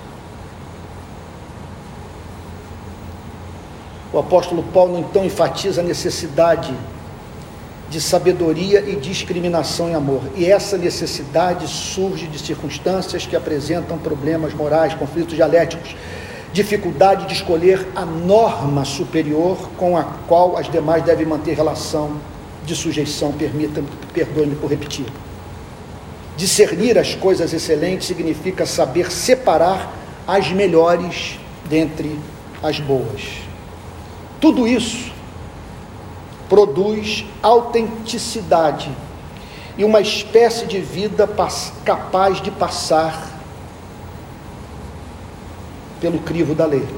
O apóstolo Paulo então enfatiza a necessidade de sabedoria e discriminação em amor, e essa necessidade surge de circunstâncias que apresentam problemas morais, conflitos dialéticos, dificuldade de escolher a norma superior com a qual as demais devem manter relação de sujeição. Permita-me, perdoe-me por repetir. Discernir as coisas excelentes significa saber separar as melhores dentre as boas. Tudo isso produz autenticidade e uma espécie de vida capaz de passar pelo crivo da lei,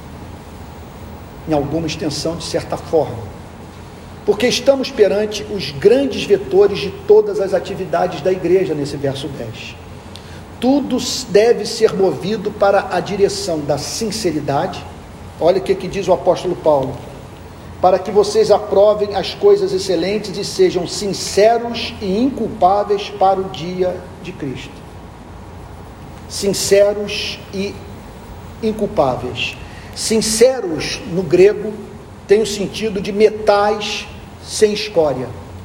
em alguma extensão, de certa forma, porque estamos perante os grandes vetores de todas as atividades da igreja nesse verso dez. Tudo deve ser movido para a direção da sinceridade. Olha o que, que diz o apóstolo Paulo: para que vocês aprovem as coisas excelentes e sejam sinceros e inculpáveis para o dia de Cristo. Sinceros e inculpáveis. Sinceros no grego tem o sentido de metais sem escória,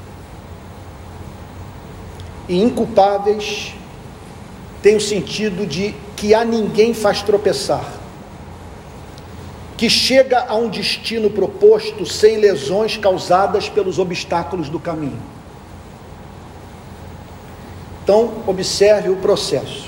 e inculpáveis tem o sentido de que a ninguém faz tropeçar, que chega a um destino proposto sem lesões causadas pelos obstáculos do caminho. Então, observe o processo.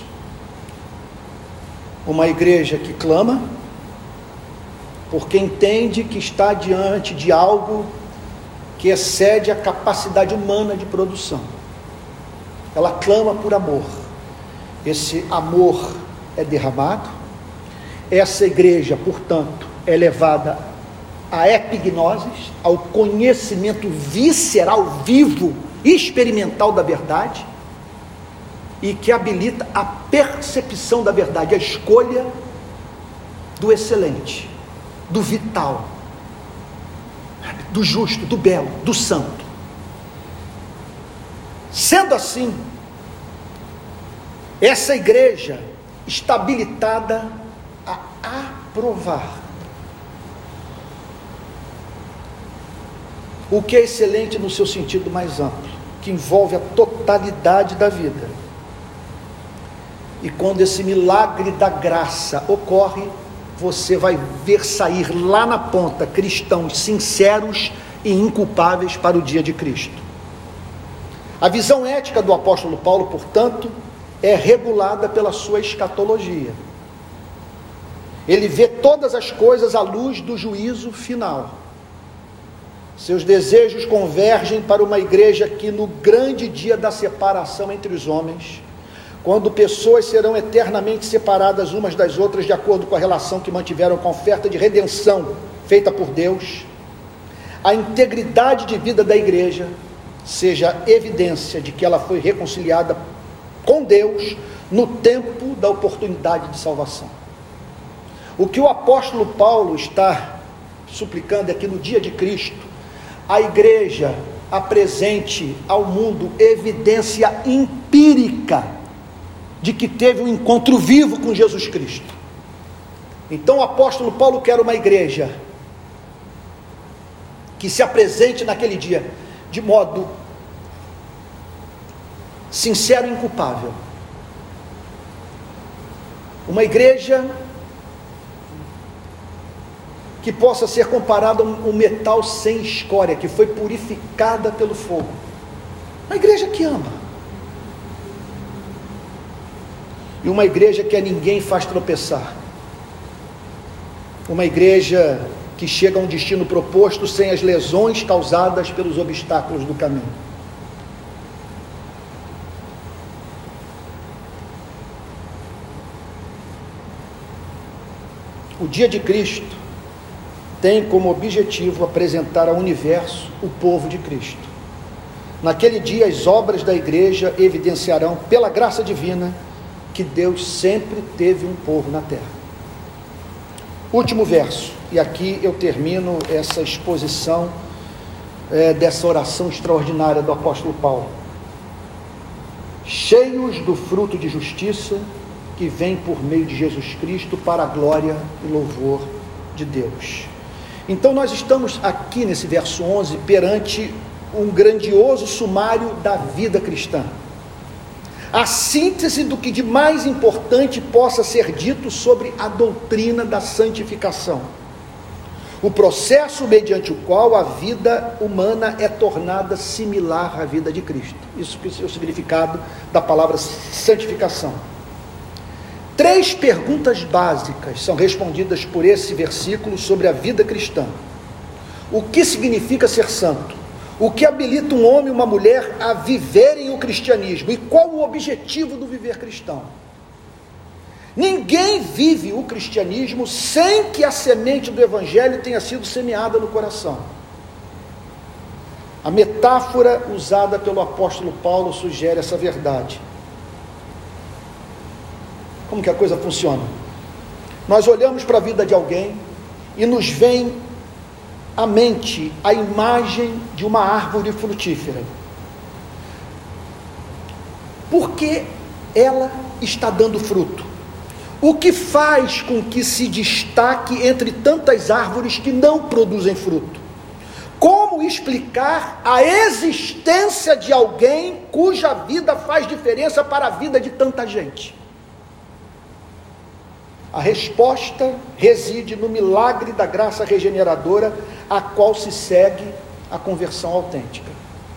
Uma igreja que clama, porque entende que está diante de algo que excede a capacidade humana de produção. Ela clama por amor. Esse amor é derramado. Essa igreja, portanto, é levada à epignosis, ao conhecimento visceral, vivo, experimental da verdade, e que habilita a percepção da verdade, a escolha do excelente, do vital, do justo, do belo, do santo. Sendo assim, essa igreja está habilitada a aprovar o que é excelente no seu sentido mais amplo, que envolve a totalidade da vida. E quando esse milagre da graça ocorre, você vai ver sair lá na ponta cristãos sinceros e inculpáveis para o dia de Cristo. A visão ética do apóstolo Paulo, portanto, é regulada pela sua escatologia. Ele vê todas as coisas à luz do juízo final. Seus desejos convergem para uma igreja que, no grande dia da separação entre os homens, quando pessoas serão eternamente separadas umas das outras de acordo com a relação que mantiveram com a oferta de redenção feita por Deus, a integridade de vida da igreja seja evidência de que ela foi reconciliada com Deus no tempo da oportunidade de salvação. O que o apóstolo Paulo está suplicando é que no dia de Cristo, a igreja apresente ao mundo evidência empírica de que teve um encontro vivo com Jesus Cristo. Então o apóstolo Paulo quer uma igreja que se apresente naquele dia de modo sincero e inculpável. Uma igreja que que possa ser comparada a um metal sem escória, que foi purificada pelo fogo. Uma igreja que ama. E uma igreja que a ninguém faz tropeçar. Uma igreja que chega a um destino proposto sem as lesões causadas pelos obstáculos do caminho. O dia de Cristo tem como objetivo apresentar ao universo o povo de Cristo. Naquele dia, as obras da igreja evidenciarão, pela graça divina, que Deus sempre teve um povo na terra. Último verso, e aqui eu termino essa exposição é, dessa oração extraordinária do apóstolo Paulo. Cheios do fruto de justiça que vem por meio de Jesus Cristo para a glória e louvor de Deus. Então nós estamos aqui nesse verso onze perante um grandioso sumário da vida cristã. A síntese do que de mais importante possa ser dito sobre a doutrina da santificação. O processo mediante o qual a vida humana é tornada similar à vida de Cristo. Isso é o significado da palavra santificação. Três perguntas básicas são respondidas por esse versículo sobre a vida cristã. O que significa ser santo? O que habilita um homem e uma mulher a viverem o cristianismo? E qual o objetivo do viver cristão? Ninguém vive o cristianismo sem que a semente do evangelho tenha sido semeada no coração. A metáfora usada pelo apóstolo Paulo sugere essa verdade. Como que a coisa funciona? Nós olhamos para a vida de alguém e nos vem à mente a imagem de uma árvore frutífera. Por que ela está dando fruto? O que faz com que se destaque entre tantas árvores que não produzem fruto? Como explicar a existência de alguém cuja vida faz diferença para a vida de tanta gente? A resposta reside no milagre da graça regeneradora, a qual se segue a conversão autêntica.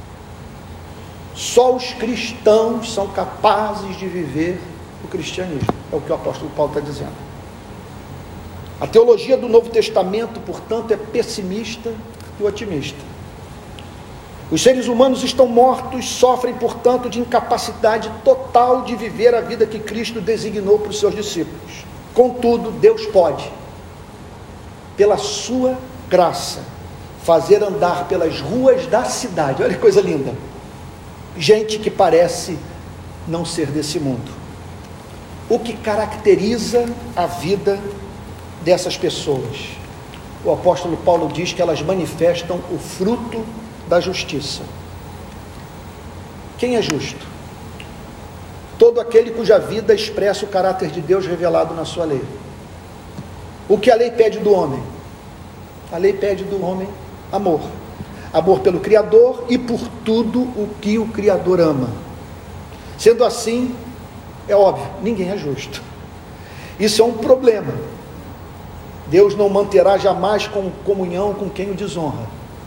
Só os cristãos são capazes de viver o cristianismo, é o que o apóstolo Paulo está dizendo. A teologia do Novo Testamento, portanto, é pessimista e otimista. Os seres humanos estão mortos, sofrem, portanto, de incapacidade total de viver a vida que Cristo designou para os seus discípulos. Contudo, Deus pode, pela sua graça, fazer andar pelas ruas da cidade, olha que coisa linda, gente que parece não ser desse mundo. O que caracteriza a vida dessas pessoas? O apóstolo Paulo diz que elas manifestam o fruto da justiça. Quem é justo? Todo aquele cuja vida expressa o caráter de Deus revelado na sua lei. O que a lei pede do homem? A lei pede do homem amor. Amor pelo Criador e por tudo o que o Criador ama. Sendo assim, é óbvio, ninguém é justo. Isso é um problema. Deus não manterá jamais com comunhão com quem o desonra.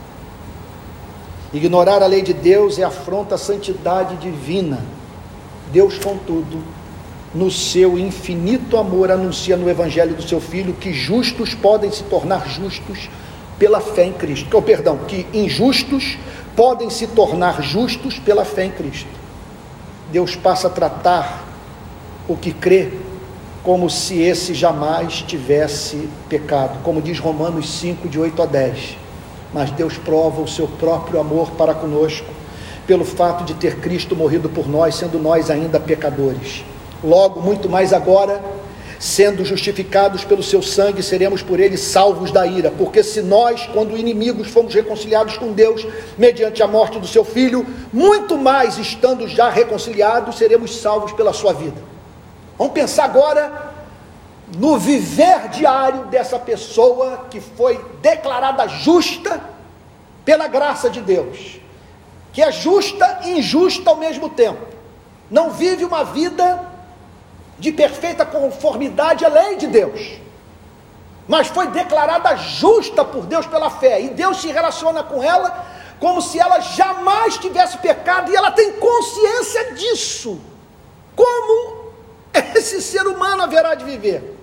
Ignorar a lei de Deus é afronta à santidade divina. Deus, contudo, no seu infinito amor, anuncia no Evangelho do seu Filho que justos podem se tornar justos pela fé em Cristo. Que, oh, perdão, que injustos podem se tornar justos pela fé em Cristo. Deus passa a tratar o que crê como se esse jamais tivesse pecado, como diz Romanos cinco, de oito a dez. Mas Deus prova o seu próprio amor para conosco, pelo fato de ter Cristo morrido por nós, sendo nós ainda pecadores. Logo, muito mais agora, sendo justificados pelo seu sangue, seremos por ele salvos da ira, porque se nós, quando inimigos, fomos reconciliados com Deus, mediante a morte do seu Filho, muito mais, estando já reconciliados, seremos salvos pela sua vida. Vamos pensar agora no viver diário dessa pessoa que foi declarada justa pela graça de Deus, que é justa e injusta ao mesmo tempo, não vive uma vida de perfeita conformidade à lei de Deus, mas foi declarada justa por Deus pela fé, e Deus se relaciona com ela como se ela jamais tivesse pecado, e ela tem consciência disso. Como esse ser humano haverá de viver?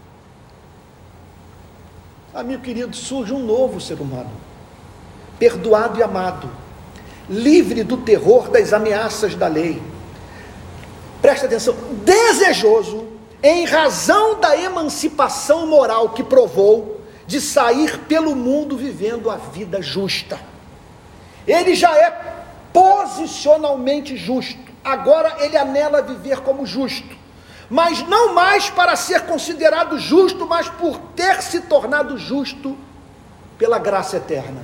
Amigo querido, surge um novo ser humano, perdoado e amado, livre do terror das ameaças da lei. Presta atenção, desejoso, em razão da emancipação moral que provou, de sair pelo mundo vivendo a vida justa. Ele já é posicionalmente justo, agora ele anela viver como justo, mas não mais para ser considerado justo, mas por ter se tornado justo pela graça eterna.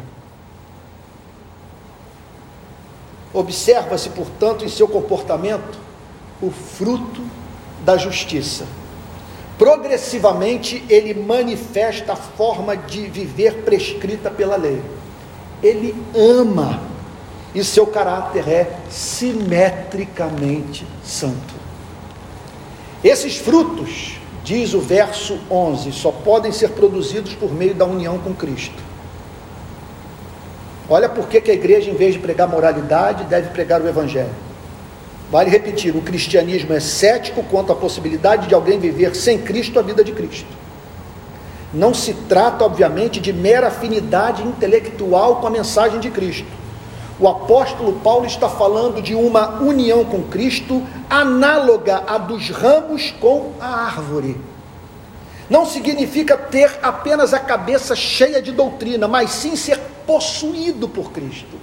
Observa-se, portanto, em seu comportamento o fruto da justiça. Progressivamente ele manifesta a forma de viver prescrita pela lei. Ele ama, e seu caráter é simetricamente santo. Esses frutos, diz o verso onze, só podem ser produzidos por meio da união com Cristo. Olha por que a igreja, em vez de pregar moralidade, deve pregar o evangelho. Vale repetir, o cristianismo é cético quanto à possibilidade de alguém viver sem Cristo a vida de Cristo. Não se trata, obviamente, de mera afinidade intelectual com a mensagem de Cristo. O apóstolo Paulo está falando de uma união com Cristo análoga à dos ramos com a árvore. Não significa ter apenas a cabeça cheia de doutrina, mas sim ser possuído por Cristo.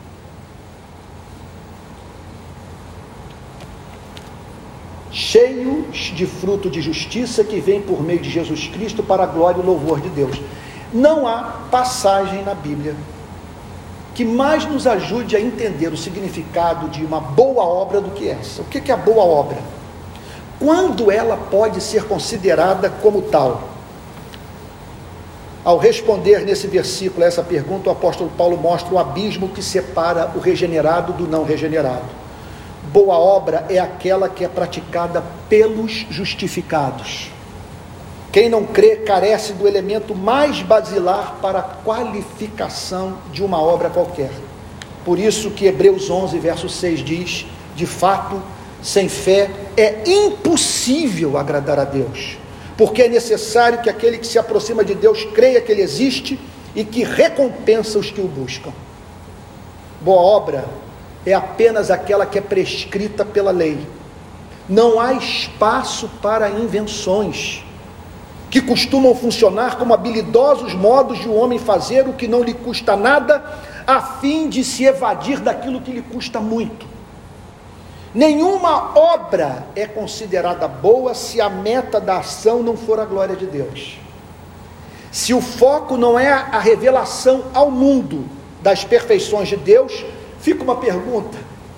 Cheios de fruto de justiça que vem por meio de Jesus Cristo para a glória e louvor de Deus. Não há passagem na Bíblia que mais nos ajude a entender o significado de uma boa obra do que essa. O que é a boa obra? Quando ela pode ser considerada como tal? Ao responder nesse versículo a essa pergunta, o apóstolo Paulo mostra o abismo que separa o regenerado do não regenerado. Boa obra é aquela que é praticada pelos justificados. Quem não crê carece do elemento mais basilar para a qualificação de uma obra qualquer. Por isso que Hebreus onze, verso seis diz, de fato, sem fé é impossível agradar a Deus, porque é necessário que aquele que se aproxima de Deus creia que Ele existe e que recompensa os que o buscam. Boa obra é apenas aquela que é prescrita pela lei. Não há espaço para invenções, que costumam funcionar como habilidosos modos de um homem fazer o que não lhe custa nada, a fim de se evadir daquilo que lhe custa muito. Nenhuma obra é considerada boa se a meta da ação não for a glória de Deus. Se o foco não é a revelação ao mundo das perfeições de Deus, fica uma pergunta: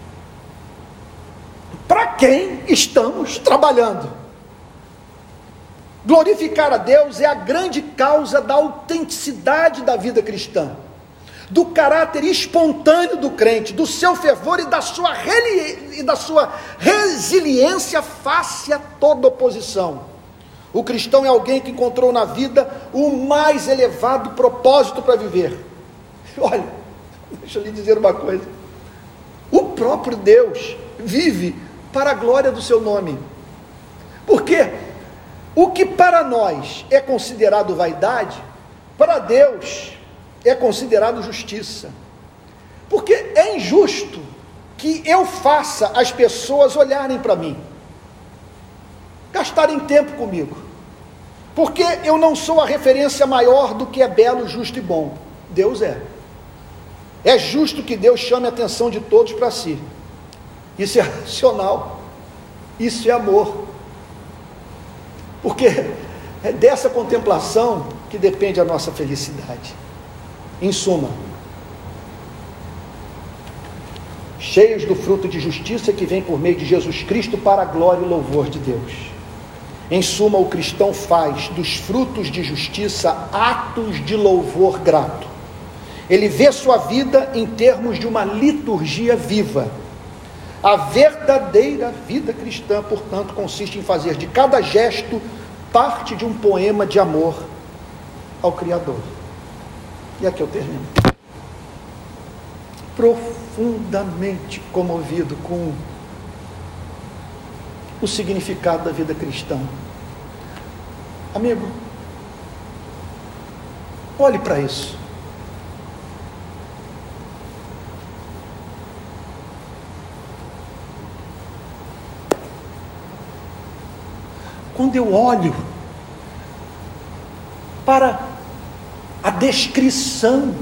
para quem estamos trabalhando? Glorificar a Deus é a grande causa da autenticidade da vida cristã, do caráter espontâneo do crente, do seu fervor e da sua, reli... e da sua resiliência face a toda oposição. O cristão é alguém que encontrou na vida o mais elevado propósito para viver. Olha, deixa eu lhe dizer uma coisa: o próprio Deus vive para a glória do seu nome. Por quê? O que para nós é considerado vaidade, para Deus é considerado justiça. Porque é injusto que eu faça as pessoas olharem para mim, gastarem tempo comigo, porque eu não sou a referência maior do que é belo, justo e bom. Deus é. É justo que Deus chame a atenção de todos para si. Isso é racional, isso é amor, porque é dessa contemplação que depende a nossa felicidade. Em suma, cheios do fruto de justiça que vem por meio de Jesus Cristo para a glória e louvor de Deus. Em suma, o cristão faz dos frutos de justiça atos de louvor grato. Ele vê sua vida em termos de uma liturgia viva. A verdadeira vida cristã, portanto, consiste em fazer de cada gesto parte de um poema de amor ao Criador. E aqui eu termino. Profundamente comovido com o significado da vida cristã. Amigo, olhe para isso. Quando eu olho para a descrição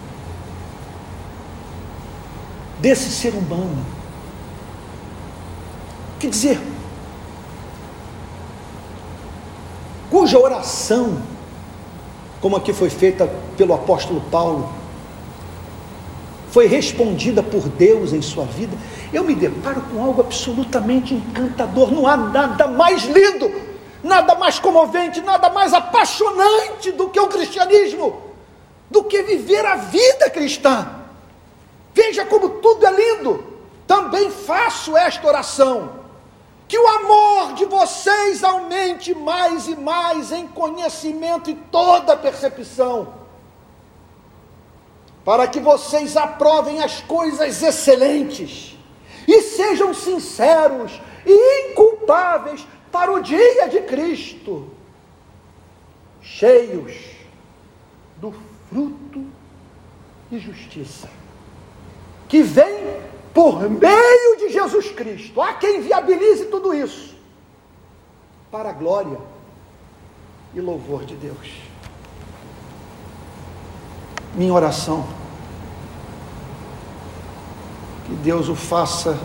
desse ser humano, quer dizer, cuja oração, como aqui foi feita pelo apóstolo Paulo, foi respondida por Deus em sua vida, eu me deparo com algo absolutamente encantador. Não há nada mais lindo, nada mais comovente, nada mais apaixonante do que o cristianismo, do que viver a vida cristã. Veja como tudo é lindo. Também faço esta oração: que o amor de vocês aumente mais e mais em conhecimento e toda percepção, para que vocês aprovem as coisas excelentes e sejam sinceros e inculpáveis para o dia de Cristo, cheios do fruto de justiça, que vem por meio de Jesus Cristo. Há quem viabilize tudo isso para a glória e louvor de Deus. Minha oração, que Deus o faça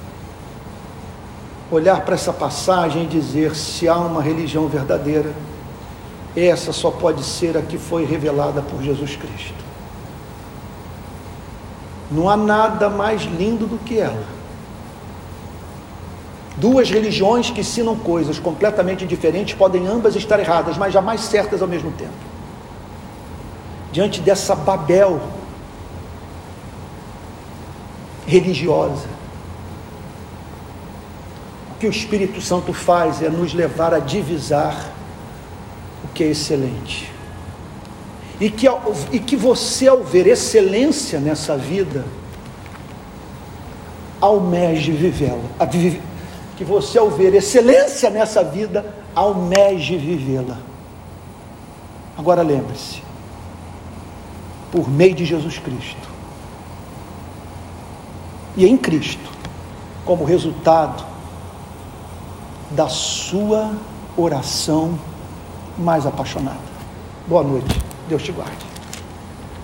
olhar para essa passagem e dizer: se há uma religião verdadeira, essa só pode ser a que foi revelada por Jesus Cristo. Não há nada mais lindo do que ela. Duas religiões que ensinam coisas completamente diferentes podem ambas estar erradas, mas jamais certas ao mesmo tempo. Diante dessa Babel religiosa, o que o Espírito Santo faz é nos levar a divisar o que é excelente. E que, e que você, ao ver excelência nessa vida, almeje vivê-la. Que você, ao ver excelência nessa vida, almeje vivê-la. Agora lembre-se, por meio de Jesus Cristo, e em Cristo, como resultado da sua oração mais apaixonada. Boa noite. Deus te guarde.